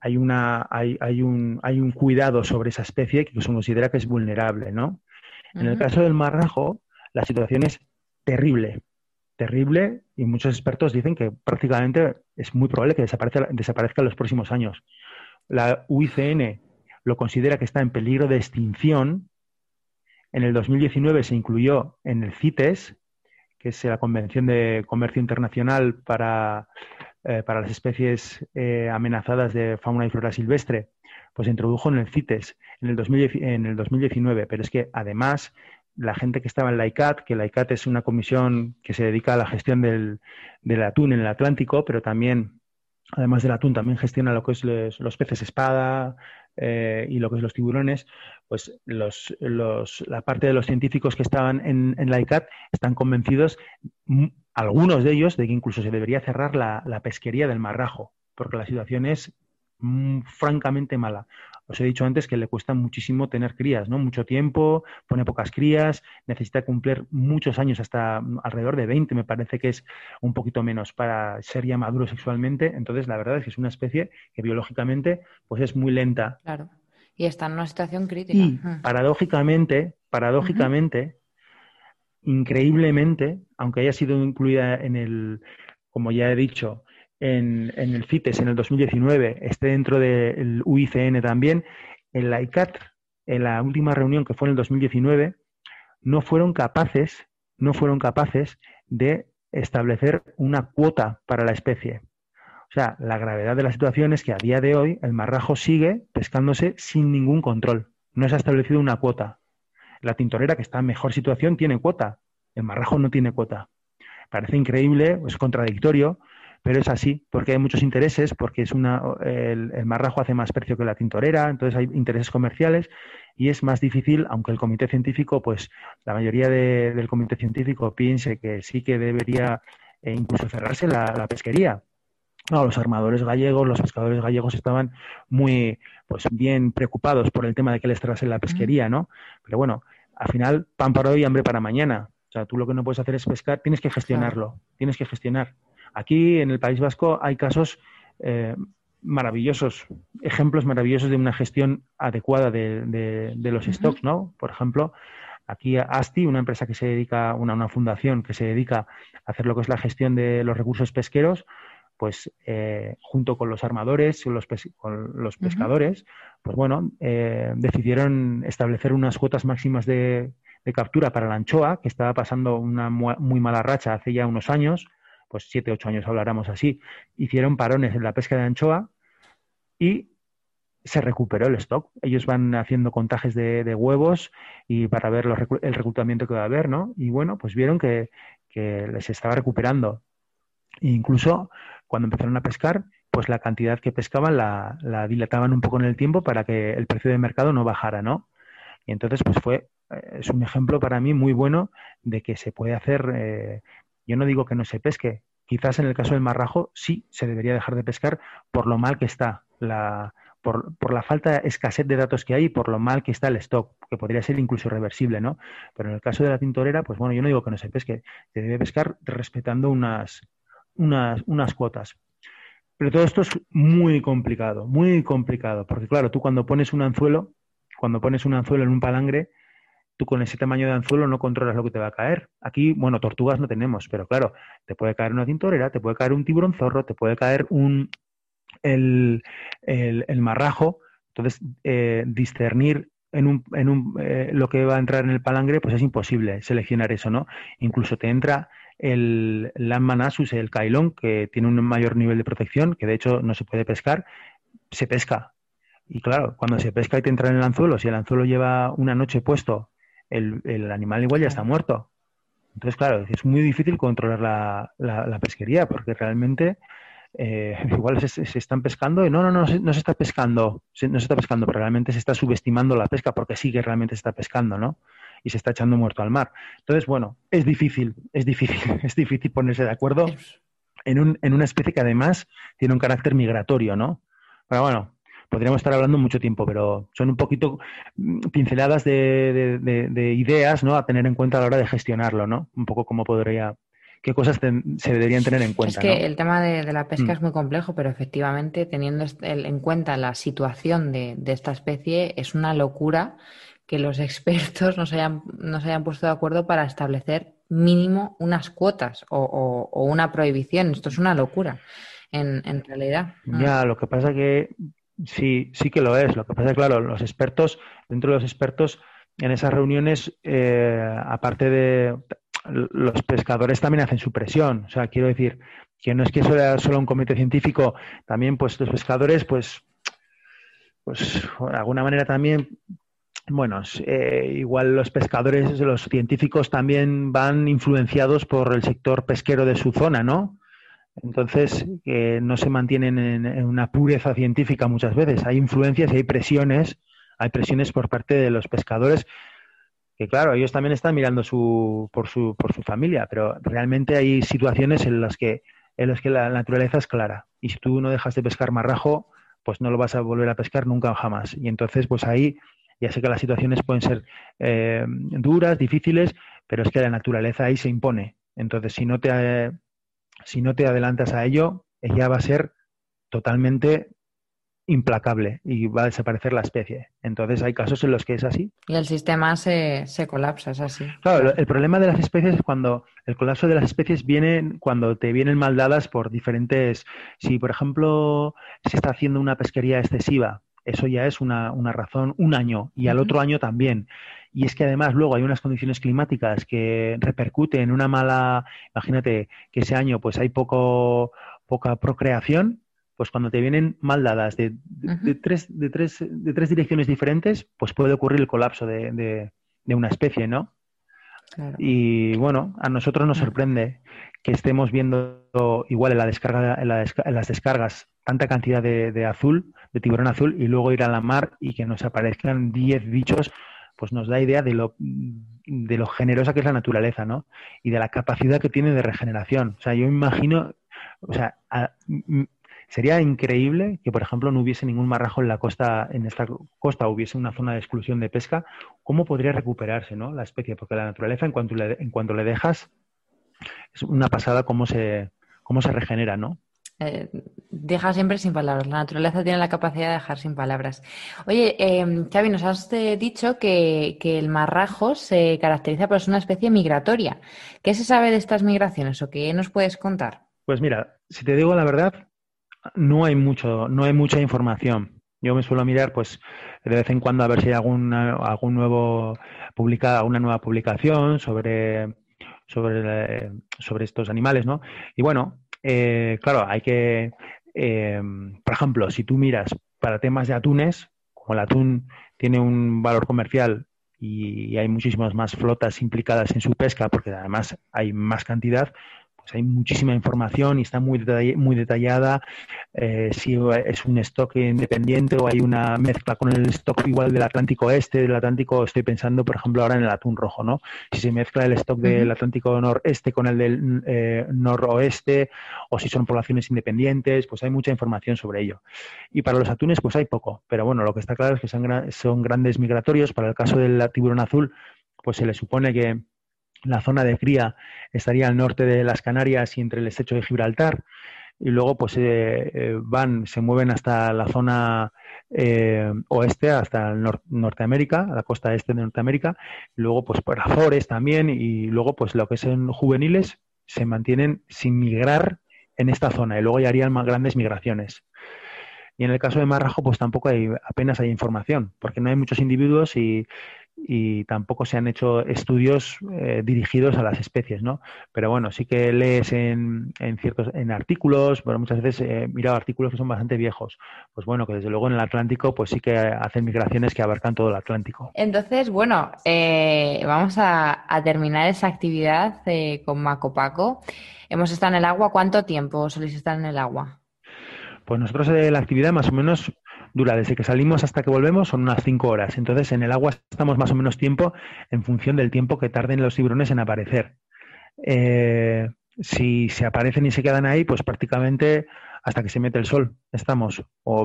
hay un cuidado sobre esa especie que se considera que es vulnerable, ¿no? En el Ujú. caso del marrajo, la situación es terrible, terrible, y muchos expertos dicen que prácticamente es muy probable que desaparezca en los próximos años. La UICN lo considera que está en peligro de extinción. En el 2019 se incluyó en el CITES, que es la Convención de Comercio Internacional para las especies amenazadas de fauna y flora silvestre, pues se introdujo en el CITES en el 2019, pero es que además la gente que estaba en la ICAT, que la ICAT es una comisión que se dedica a la gestión del atún en el Atlántico, pero también, además del atún, también gestiona lo que es los peces espada y lo que es los tiburones, pues la parte de los científicos que estaban en la ICAT están convencidos, algunos de ellos, de que incluso se debería cerrar la pesquería del marrajo, porque la situación es francamente mala. Os he dicho antes que le cuesta muchísimo tener crías, ¿no? Mucho tiempo, pone pocas crías, necesita cumplir muchos años, hasta alrededor de 20, me parece que es un poquito menos para ser ya maduro sexualmente. Entonces, la verdad es que es una especie que biológicamente pues es muy lenta. Claro. Y está en una situación crítica. Y paradójicamente, increíblemente, aunque haya sido incluida como ya he dicho, en el CITES en el 2019, esté dentro del UICN también, en la ICAT, en la última reunión que fue en el 2019, no fueron capaces, no fueron capaces de establecer una cuota para la especie. O sea, la gravedad de la situación es que a día de hoy el marrajo sigue pescándose sin ningún control. No se ha establecido una cuota. La tintorera, que está en mejor situación, tiene cuota. El marrajo no tiene cuota. Parece increíble, es contradictorio, pero es así, porque hay muchos intereses, porque el marrajo hace más precio que la tintorera, entonces hay intereses comerciales y es más difícil, aunque el comité científico, pues la mayoría del comité científico piense que sí que debería incluso cerrarse la pesquería. No, los armadores gallegos, los pescadores gallegos estaban muy, pues bien preocupados por el tema de que les trase la pesquería, ¿no? Pero bueno, al final, pan para hoy, hambre para mañana. O sea, tú lo que no puedes hacer es pescar, tienes que gestionarlo, Claro. tienes que gestionar. Aquí en el País Vasco hay casos eh, maravillosos, ejemplos maravillosos de una gestión adecuada de los Ujú. stocks, ¿no? Por ejemplo, aquí ASTI, una empresa que se dedica, una fundación que se dedica a hacer lo que es la gestión de los recursos pesqueros, pues junto con los armadores, con los Ujú. pescadores, pues bueno, decidieron establecer unas cuotas máximas de captura para la anchoa, que estaba pasando una muy mala racha hace ya unos años, pues 7, 8 años habláramos así. Hicieron parones en la pesca de anchoa y se recuperó el stock. Ellos van haciendo contajes de huevos y para ver el reclutamiento que va a haber, ¿no? Y bueno, pues vieron que les estaba recuperando. E incluso cuando empezaron a pescar, pues la cantidad que pescaban la dilataban un poco en el tiempo para que el precio de mercado no bajara, ¿no? Y entonces, pues es un ejemplo para mí muy bueno de que se puede hacer, yo no digo que no se pesque, quizás en el caso del marrajo sí se debería dejar de pescar por lo mal que está, por la falta de escasez de datos que hay y por lo mal que está el stock, que podría ser incluso reversible, ¿no? Pero en el caso de la tintorera, pues bueno, yo no digo que no se pesque, se debe pescar respetando unas cuotas. Pero todo esto es muy complicado, porque claro, tú cuando pones un anzuelo en un palangre, tú con ese tamaño de anzuelo no controlas lo que te va a caer. Aquí, bueno, tortugas no tenemos, pero claro, te puede caer una tintorera, te puede caer un tiburón zorro, te puede caer el, el marrajo. Entonces, discernir lo que va a entrar en el palangre, pues es imposible seleccionar eso, ¿no? Incluso te entra el Lamanasus, el cailón, que tiene un mayor nivel de protección, que de hecho no se puede pescar, se pesca. Y claro, cuando se pesca y te entra en el anzuelo, si el anzuelo lleva una noche puesto, el animal igual ya está Claro. muerto. Entonces, claro, es muy difícil controlar la pesquería, porque realmente igual se están pescando y no se está pescando, no se está pescando, pero realmente se está subestimando la pesca porque sí que realmente se está pescando, ¿no? Y se está echando muerto al mar. Entonces, bueno, es difícil, es difícil ponerse de acuerdo Es- en una especie que además tiene un carácter migratorio, ¿no? Pero bueno, podríamos estar hablando mucho tiempo, pero son un poquito pinceladas de ideas, ¿no? A tener en cuenta a la hora de gestionarlo, ¿no? Un poco cómo qué cosas se deberían tener en Es cuenta, que ¿no? el tema de la pesca Mm. es muy complejo, pero efectivamente, teniendo en cuenta la situación de esta especie, es una locura que los expertos no se hayan puesto de acuerdo para establecer mínimo unas cuotas o una prohibición. Esto es una locura, en realidad. Ya, lo que pasa que sí, sí que lo es. Lo que pasa que, claro, los expertos, dentro de los expertos, en esas reuniones, aparte de los pescadores también hacen su presión. O sea, quiero decir que no es que sea solo un comité científico, también pues los pescadores, pues de alguna manera también, bueno, igual los pescadores, los científicos también van influenciados por el sector pesquero de su zona, ¿no? Entonces, no se mantienen en una pureza científica muchas veces. Hay influencias y hay presiones por parte de los pescadores, que claro, ellos también están mirando por su familia, pero realmente hay situaciones en las que la naturaleza es clara. Y si tú no dejas de pescar marrajo, pues no lo vas a volver a pescar nunca o jamás. Y entonces, pues ahí, ya sé que las situaciones pueden ser duras, difíciles, pero es que la naturaleza ahí se impone. Entonces, si no te adelantas a ello, ella va a ser totalmente implacable y va a desaparecer la especie. Entonces hay casos en los que es así. Y el sistema se colapsa, es así, Claro, claro. el problema de las especies es cuando el colapso de las especies viene cuando te vienen mal dadas por diferentes. Si, por ejemplo, se está haciendo una pesquería excesiva, eso ya es una razón, un año y al Ujú. otro año también. Y es que además luego hay unas condiciones climáticas que repercuten en una mala. Imagínate que ese año pues hay poca procreación. Pues cuando te vienen mal dadas Ujú. de tres direcciones diferentes, pues puede ocurrir el colapso de una especie, ¿no? Claro. Y bueno, a nosotros nos sorprende que estemos viendo igual en la descarga, en las descargas tanta cantidad de azul, de tiburón azul, y luego ir a la mar y que nos aparezcan 10 bichos, pues nos da idea de lo generosa que es la naturaleza, ¿no? Y de la capacidad que tiene de regeneración. O sea, yo me imagino, o sea, sería increíble que, por ejemplo, no hubiese ningún marrajo en la costa, en esta costa hubiese una zona de exclusión de pesca. ¿Cómo podría recuperarse, ¿no? La especie? Porque la naturaleza, en cuanto le dejas, es una pasada cómo se regenera, ¿no? Deja siempre sin palabras. La naturaleza tiene la capacidad de dejar sin palabras. Oye, Xavi, nos has dicho que el marrajo se caracteriza por ser una especie migratoria. ¿Qué se sabe de estas migraciones o qué nos puedes contar? Pues mira, si te digo la verdad, no hay mucha información. Yo me suelo mirar, pues, de vez en cuando a ver si hay algún nuevo alguna nueva publicación sobre estos animales, ¿no? Y bueno, claro, hay que, por ejemplo, si tú miras para temas de atunes, como el atún tiene un valor comercial y hay muchísimas más flotas implicadas en su pesca, porque además hay más cantidad, pues hay muchísima información y está muy detallada, si es un stock independiente o hay una mezcla con el stock igual del Atlántico Este, del Atlántico, estoy pensando, por ejemplo, ahora en el atún rojo, ¿no? Si se mezcla el stock del Atlántico Noreste con el del Noroeste, o si son poblaciones independientes, pues hay mucha información sobre ello. Y para los atunes, pues hay poco, pero bueno, lo que está claro es que son grandes migratorios. Para el caso del tiburón azul, pues se le supone que la zona de cría estaría al norte de las Canarias y entre el estrecho de Gibraltar, y luego pues se mueven hasta la zona oeste, hasta el Norteamérica, a la costa este de Norteamérica, y luego pues por Azores también, y luego pues lo que son juveniles se mantienen sin migrar en esta zona, y luego ya harían más grandes migraciones. Y en el caso de marrajo, pues tampoco apenas hay información, porque no hay muchos individuos y tampoco se han hecho estudios dirigidos a las especies, ¿no? Pero bueno, sí que lees en artículos, bueno, muchas veces he mirado artículos que son bastante viejos. Pues bueno, que desde luego en el Atlántico, pues sí que hacen migraciones que abarcan todo el Atlántico. Entonces, bueno, vamos a terminar esa actividad con Maco Paco. Hemos estado en el agua. ¿Cuánto tiempo soléis estar en el agua? Pues nosotros la actividad más o menos dura, desde que salimos hasta que volvemos, son unas 5 horas. Entonces, en el agua estamos más o menos tiempo en función del tiempo que tarden los tiburones en aparecer. Si se aparecen y se quedan ahí, pues prácticamente hasta que se mete el sol estamos.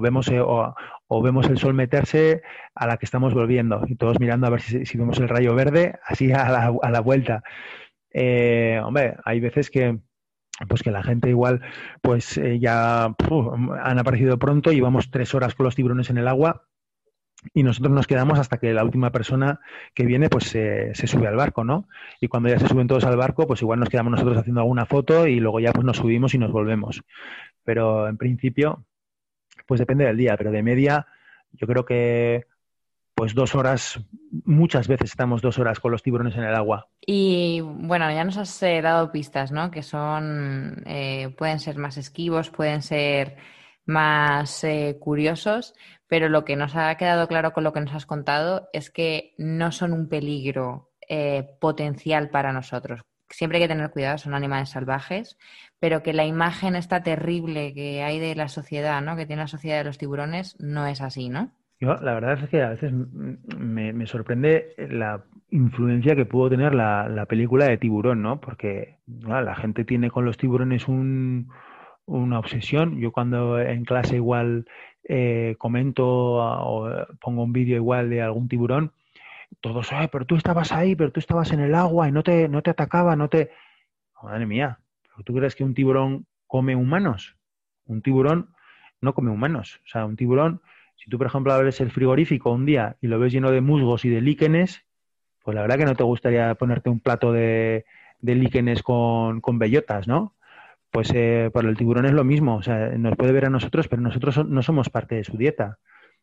O vemos el sol meterse a la que estamos volviendo. Y todos mirando a ver si vemos el rayo verde, así a la vuelta. Hombre, hay veces que pues que la gente igual pues han aparecido pronto y llevamos 3 horas con los tiburones en el agua y nosotros nos quedamos hasta que la última persona que viene pues se sube al barco, ¿no? Y cuando ya se suben todos al barco, pues igual nos quedamos nosotros haciendo alguna foto y luego ya pues nos subimos y nos volvemos. Pero en principio, pues depende del día, pero de media yo creo que pues 2 horas, muchas veces estamos 2 horas con los tiburones en el agua. Y bueno, ya nos has dado pistas, ¿no? Que son, pueden ser más esquivos, pueden ser más curiosos, pero lo que nos ha quedado claro con lo que nos has contado es que no son un peligro potencial para nosotros. Siempre hay que tener cuidado, son animales salvajes, pero que la imagen esta terrible que hay de la sociedad, ¿no? Que tiene la sociedad de los tiburones, no es así, ¿no? Yo, la verdad es que a veces me sorprende la influencia que pudo tener la película de Tiburón, ¿no? Porque la gente tiene con los tiburones una obsesión. Yo cuando en clase igual comento o pongo un vídeo igual de algún tiburón, todos, ay, pero tú estabas ahí, pero tú estabas en el agua y no te atacaba, no te... Madre mía, ¿pero tú crees que un tiburón come humanos? Un tiburón no come humanos. O sea, un tiburón, si tú, por ejemplo, abres el frigorífico un día y lo ves lleno de musgos y de líquenes, pues la verdad que no te gustaría ponerte un plato de líquenes con bellotas, ¿no? Pues para el tiburón es lo mismo. O sea, nos puede ver a nosotros, pero nosotros no somos parte de su dieta.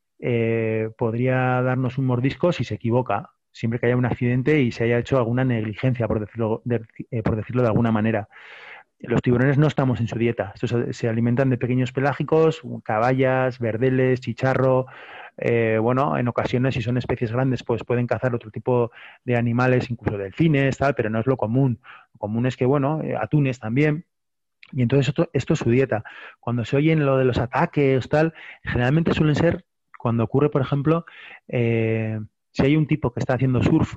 Podría darnos un mordisco si se equivoca, siempre que haya un accidente y se haya hecho alguna negligencia, por decirlo de alguna manera. Los tiburones no estamos en su dieta. Estos se alimentan de pequeños pelágicos, caballas, verdeles, chicharro, bueno, en ocasiones, si son especies grandes, pues pueden cazar otro tipo de animales, incluso delfines, tal, pero no es lo común. Lo común es que, bueno, atunes también. Y entonces esto es su dieta. Cuando se oyen lo de los ataques, tal, generalmente suelen ser cuando ocurre, por ejemplo, si hay un tipo que está haciendo surf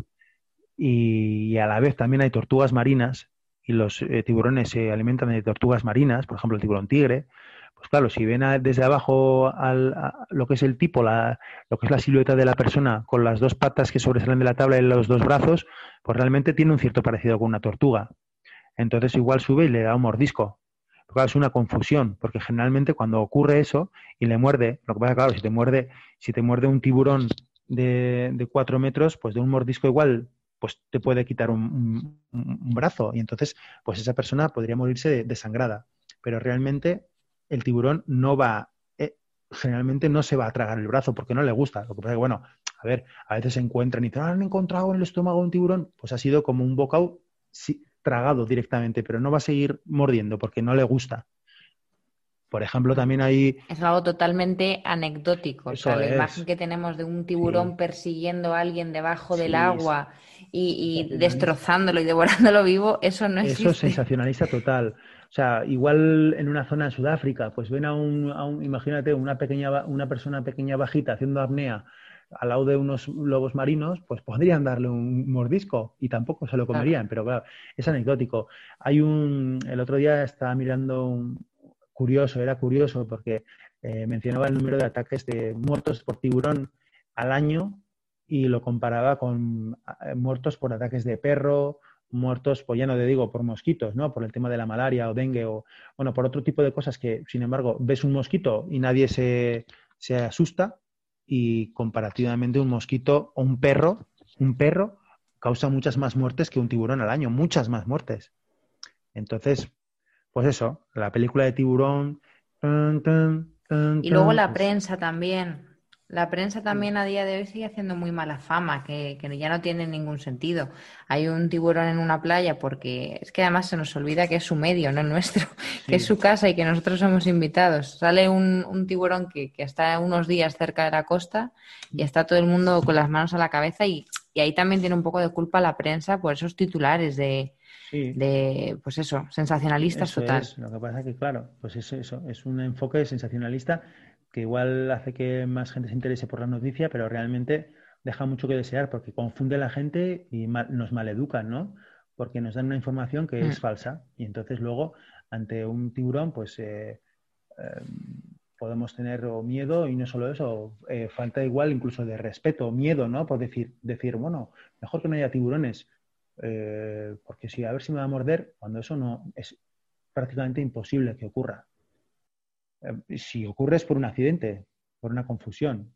y a la vez también hay tortugas marinas y los tiburones se alimentan de tortugas marinas, por ejemplo el tiburón tigre, pues claro, si ven desde abajo lo que es el tipo, lo que es la silueta de la persona con las dos patas que sobresalen de la tabla y los dos brazos, pues realmente tiene un cierto parecido con una tortuga. Entonces igual sube y le da un mordisco. Pero claro, es una confusión, porque generalmente cuando ocurre eso y le muerde, lo que pasa, claro, si te muerde un tiburón de 4 metros, pues de un mordisco igual, pues te puede quitar un brazo. Y entonces, pues esa persona podría morirse desangrada. Pero realmente el tiburón no va, generalmente no se va a tragar el brazo porque no le gusta. Lo que pasa es que, bueno, a ver, a veces se encuentran y dicen, han encontrado en el estómago un tiburón, pues ha sido como un bocado tragado directamente, pero no va a seguir mordiendo porque no le gusta. Por ejemplo, también hay... Es algo totalmente anecdótico. O sea, Eso la imagen es, que tenemos de un sí, tiburón persiguiendo a alguien debajo del sí, agua y sensacionalista. destrozándolo y devorándolo vivo, eso no Eso es existe. sensacionalista total. O sea, igual en una zona de Sudáfrica, pues ven imagínate, una persona pequeña bajita haciendo apnea al lado de unos lobos marinos, pues podrían darle un mordisco y tampoco se lo Claro. comerían, pero claro, es anecdótico. El otro día estaba mirando era curioso porque mencionaba el número de ataques de muertos por tiburón al año y lo comparaba con muertos por ataques de perro, muertos, pues ya no te digo por mosquitos, ¿no? Por el tema de la malaria o dengue o, bueno, por otro tipo de cosas que, sin embargo, ves un mosquito y nadie se asusta y comparativamente un mosquito o un perro causa muchas más muertes que un tiburón al año, muchas más muertes. Entonces, pues eso, la película de tiburón, Y luego la pues prensa también. La prensa sí, también a día de hoy sigue haciendo muy mala fama, que ya no tiene ningún sentido. Hay un tiburón en una playa porque es que además se nos olvida que es su medio, no el nuestro, que es sí, su casa y que nosotros somos invitados. Sale un tiburón que está unos días cerca de la costa y está todo el mundo con las manos a la cabeza y ahí también tiene un poco de culpa la prensa por esos titulares sí. pues eso, sensacionalistas Eso total. es, lo que pasa es que, claro, pues es eso, es un enfoque sensacionalista que igual hace que más gente se interese por la noticia, pero realmente deja mucho que desear porque confunde a la gente y nos maleducan, ¿no? Porque nos dan una información que es Mm. falsa y entonces luego ante un tiburón, pues eh, podemos tener o miedo y no solo eso, falta igual incluso de respeto, miedo, ¿no? Por decir, bueno, mejor que no haya tiburones, porque si a ver si me va a morder, cuando eso no es prácticamente imposible que ocurra. Si ocurre es por un accidente, por una confusión.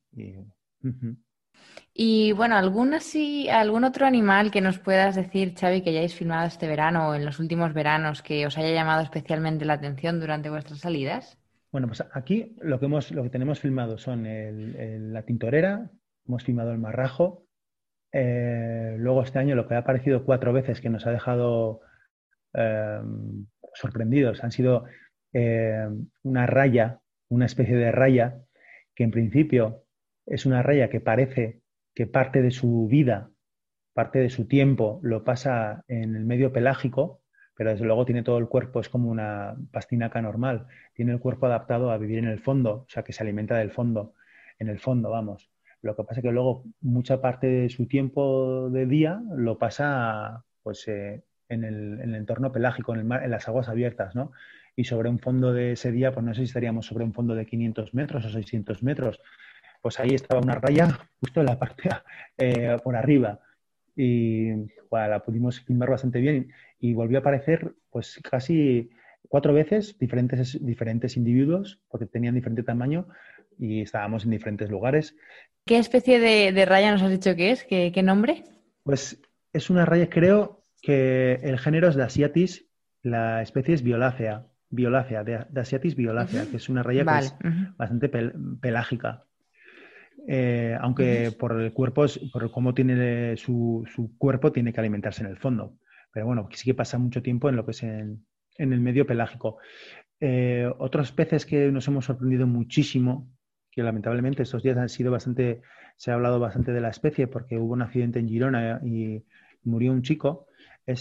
Y bueno, algún otro animal que nos puedas decir, Xavi, que hayáis filmado este verano o en los últimos veranos que os haya llamado especialmente la atención durante vuestras salidas? Bueno, pues aquí lo que tenemos filmado son la tintorera, hemos filmado el marrajo. Luego este año lo que ha aparecido 4 veces que nos ha dejado eh, sorprendidos han sido eh, una raya, una especie de raya, que en principio es una raya que parece que parte de su vida, parte de su tiempo, lo pasa en el medio pelágico, pero desde luego tiene todo el cuerpo, es como una pastinaca normal, tiene el cuerpo adaptado a vivir en el fondo, o sea, que se alimenta del fondo, en el fondo, vamos. Lo que pasa es que luego mucha parte de su tiempo de día lo pasa pues, en el entorno pelágico, en el mar, en las aguas abiertas, ¿no? Y sobre un fondo de ese día, pues no sé si estaríamos sobre un fondo de 500 metros o 600 metros. Pues ahí estaba una raya justo en la parte por arriba. Y bueno, la pudimos filmar bastante bien y volvió a aparecer pues casi 4 veces diferentes individuos porque tenían diferente tamaño y estábamos en diferentes lugares. ¿Qué especie de raya nos has dicho que es? ¿Qué nombre? Pues es una raya, creo que el género es Daciatis, la especie es violácea, Daciatis violácea, que Ujú. es una raya que Vale. es Ujú, bastante pelágica. ujú. Aunque por el cuerpo, por cómo tiene su cuerpo, tiene que alimentarse en el fondo. Pero bueno, sí que pasa mucho tiempo en lo que es en el medio pelágico. Otros peces que nos hemos sorprendido muchísimo, que lamentablemente estos días se ha hablado bastante de la especie porque hubo un accidente en Girona y murió un chico, es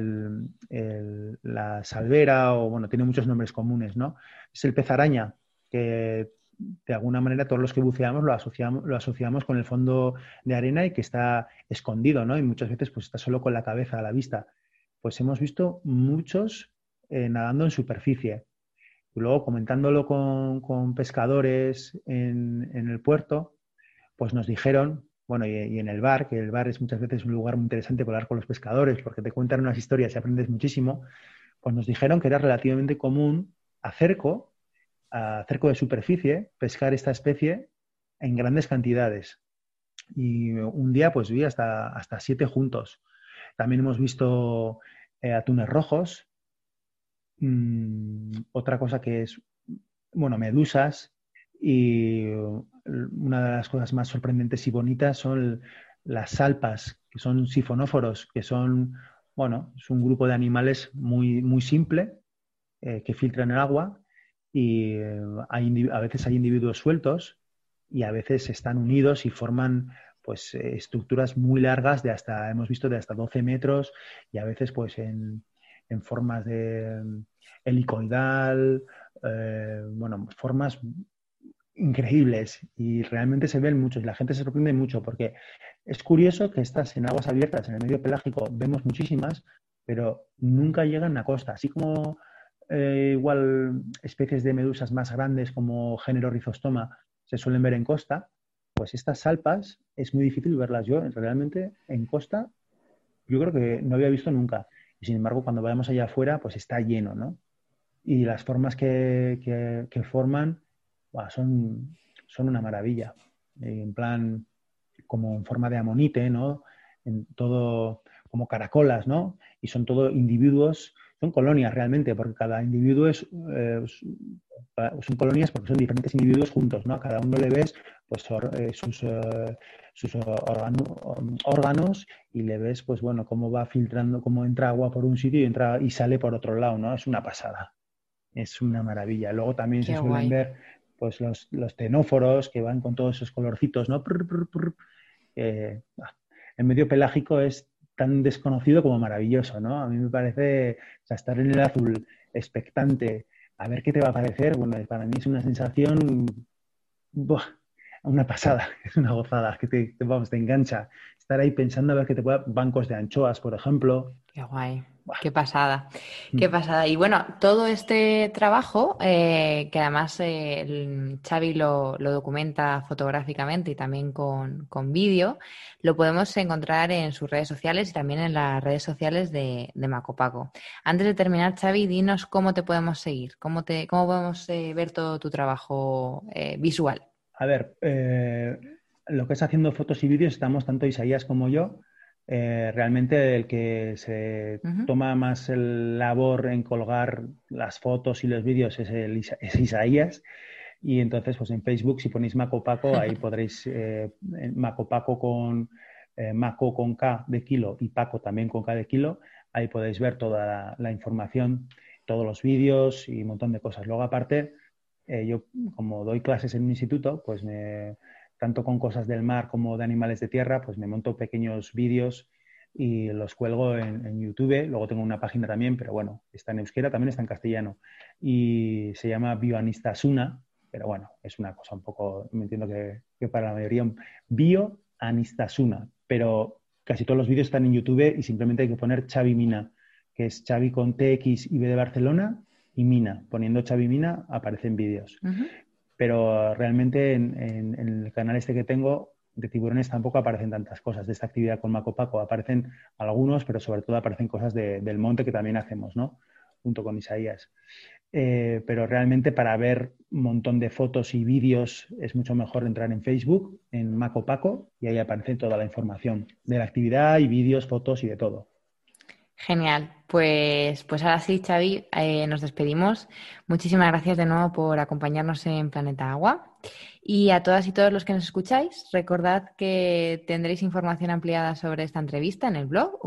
la salvera, o bueno, tiene muchos nombres comunes, ¿no? Es el pez araña, que de alguna manera todos los que buceamos lo asociamos con el fondo de arena y que está escondido, ¿no? Y muchas veces pues está solo con la cabeza a la vista. Pues hemos visto muchos nadando en superficie. Y luego comentándolo con pescadores en el puerto, pues nos dijeron, bueno, y en el bar, que el bar es muchas veces un lugar muy interesante para hablar con los pescadores porque te cuentan unas historias y aprendes muchísimo, pues nos dijeron que era relativamente común a cerco de superficie, pescar esta especie en grandes cantidades. Y un día pues vi hasta 7 juntos. También hemos visto atunes rojos. Otra cosa que es, bueno, medusas. Y una de las cosas más sorprendentes y bonitas son las salpas, que son sifonóforos, que son, bueno, es un grupo de animales muy, muy simple que filtran el agua y a veces hay individuos sueltos y a veces están unidos y forman pues estructuras muy largas hemos visto de hasta 12 metros y a veces pues en formas de helicoidal, bueno, formas increíbles y realmente se ven muchos y la gente se sorprende mucho porque es curioso que estas en aguas abiertas, en el medio pelágico, vemos muchísimas, pero nunca llegan a costa. Así como igual especies de medusas más grandes como género Rhizostoma se suelen ver en costa, pues estas salpas es muy difícil verlas. Yo realmente en costa yo creo que no había visto nunca. Y sin embargo, cuando vayamos allá afuera, pues está lleno, ¿no? Y las formas que forman buah, son una maravilla. En plan, como en forma de amonite, ¿no? En todo, como caracolas, ¿no? Y son todo individuos, son colonias realmente, porque cada individuo son colonias porque son diferentes individuos juntos, ¿no? A cada uno le ves pues, órganos y le ves, pues bueno, cómo va filtrando, cómo entra agua por un sitio y sale por otro lado, ¿no? Es una pasada. Es una maravilla. Luego también se Qué suelen guay. ver pues los tenóforos que van con todos esos colorcitos, ¿no? Prr, prr, prr. Eh, el medio pelágico es tan desconocido como maravilloso, ¿no? A mí me parece, o sea, estar en el azul expectante, a ver qué te va a parecer, bueno, para mí es una sensación, buah, una pasada, es una gozada, que vamos, te engancha. Estar ahí pensando a ver qué te pueda, bancos de anchoas, por ejemplo. Qué guay, Buah. qué pasada, qué pasada. Y bueno, todo este trabajo, que además el Xavi lo documenta fotográficamente y también con vídeo, lo podemos encontrar en sus redes sociales y también en las redes sociales de Macopaco. Antes de terminar, Xavi, dinos cómo te podemos seguir, cómo podemos ver todo tu trabajo visual. A ver, lo que es haciendo fotos y vídeos estamos tanto Isaías como yo. Realmente el que se Ujú. toma más el labor en colgar las fotos y los vídeos es Isaías. Y entonces, pues en Facebook, si ponéis Maco Paco, ahí podréis, Maco Paco Maco con K de kilo y Paco también con K de kilo, ahí podéis ver toda la información, todos los vídeos y un montón de cosas. Luego, aparte, yo como doy clases en un instituto, pues tanto con cosas del mar como de animales de tierra, pues me monto pequeños vídeos y los cuelgo en YouTube. Luego tengo una página también, pero bueno, está en euskera, también está en castellano. Y se llama Bioanistasuna, pero bueno, es una cosa un poco, me entiendo que para la mayoría, Bioanistasuna, pero casi todos los vídeos están en YouTube y simplemente hay que poner Xavi Mina, que es Xavi con TX y B de Barcelona y Mina. Poniendo Xavi Mina aparecen vídeos. Ujú. Pero realmente en el canal este que tengo de tiburones tampoco aparecen tantas cosas de esta actividad con Macopaco. Aparecen algunos, pero sobre todo aparecen cosas del monte que también hacemos, ¿no? Junto con Isaías. Pero realmente para ver un montón de fotos y vídeos es mucho mejor entrar en Facebook, en Macopaco, y ahí aparece toda la información de la actividad y vídeos, fotos y de todo. Genial, pues ahora sí, Xavi, nos despedimos. Muchísimas gracias de nuevo por acompañarnos en Planeta Agua. Y a todas y todos los que nos escucháis, recordad que tendréis información ampliada sobre esta entrevista en el blog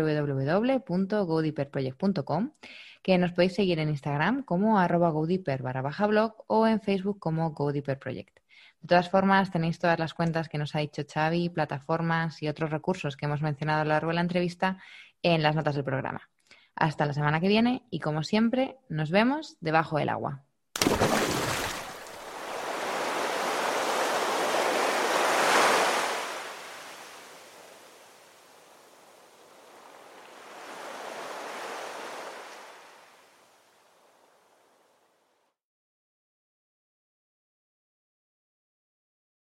www.godiperproject.com, que nos podéis seguir en Instagram como @godiper_blog o en Facebook como GoDeeper Project. De todas formas, tenéis todas las cuentas que nos ha dicho Xavi, plataformas y otros recursos que hemos mencionado a lo largo de la entrevista en las notas del programa. Hasta la semana que viene y, como siempre, nos vemos debajo del agua.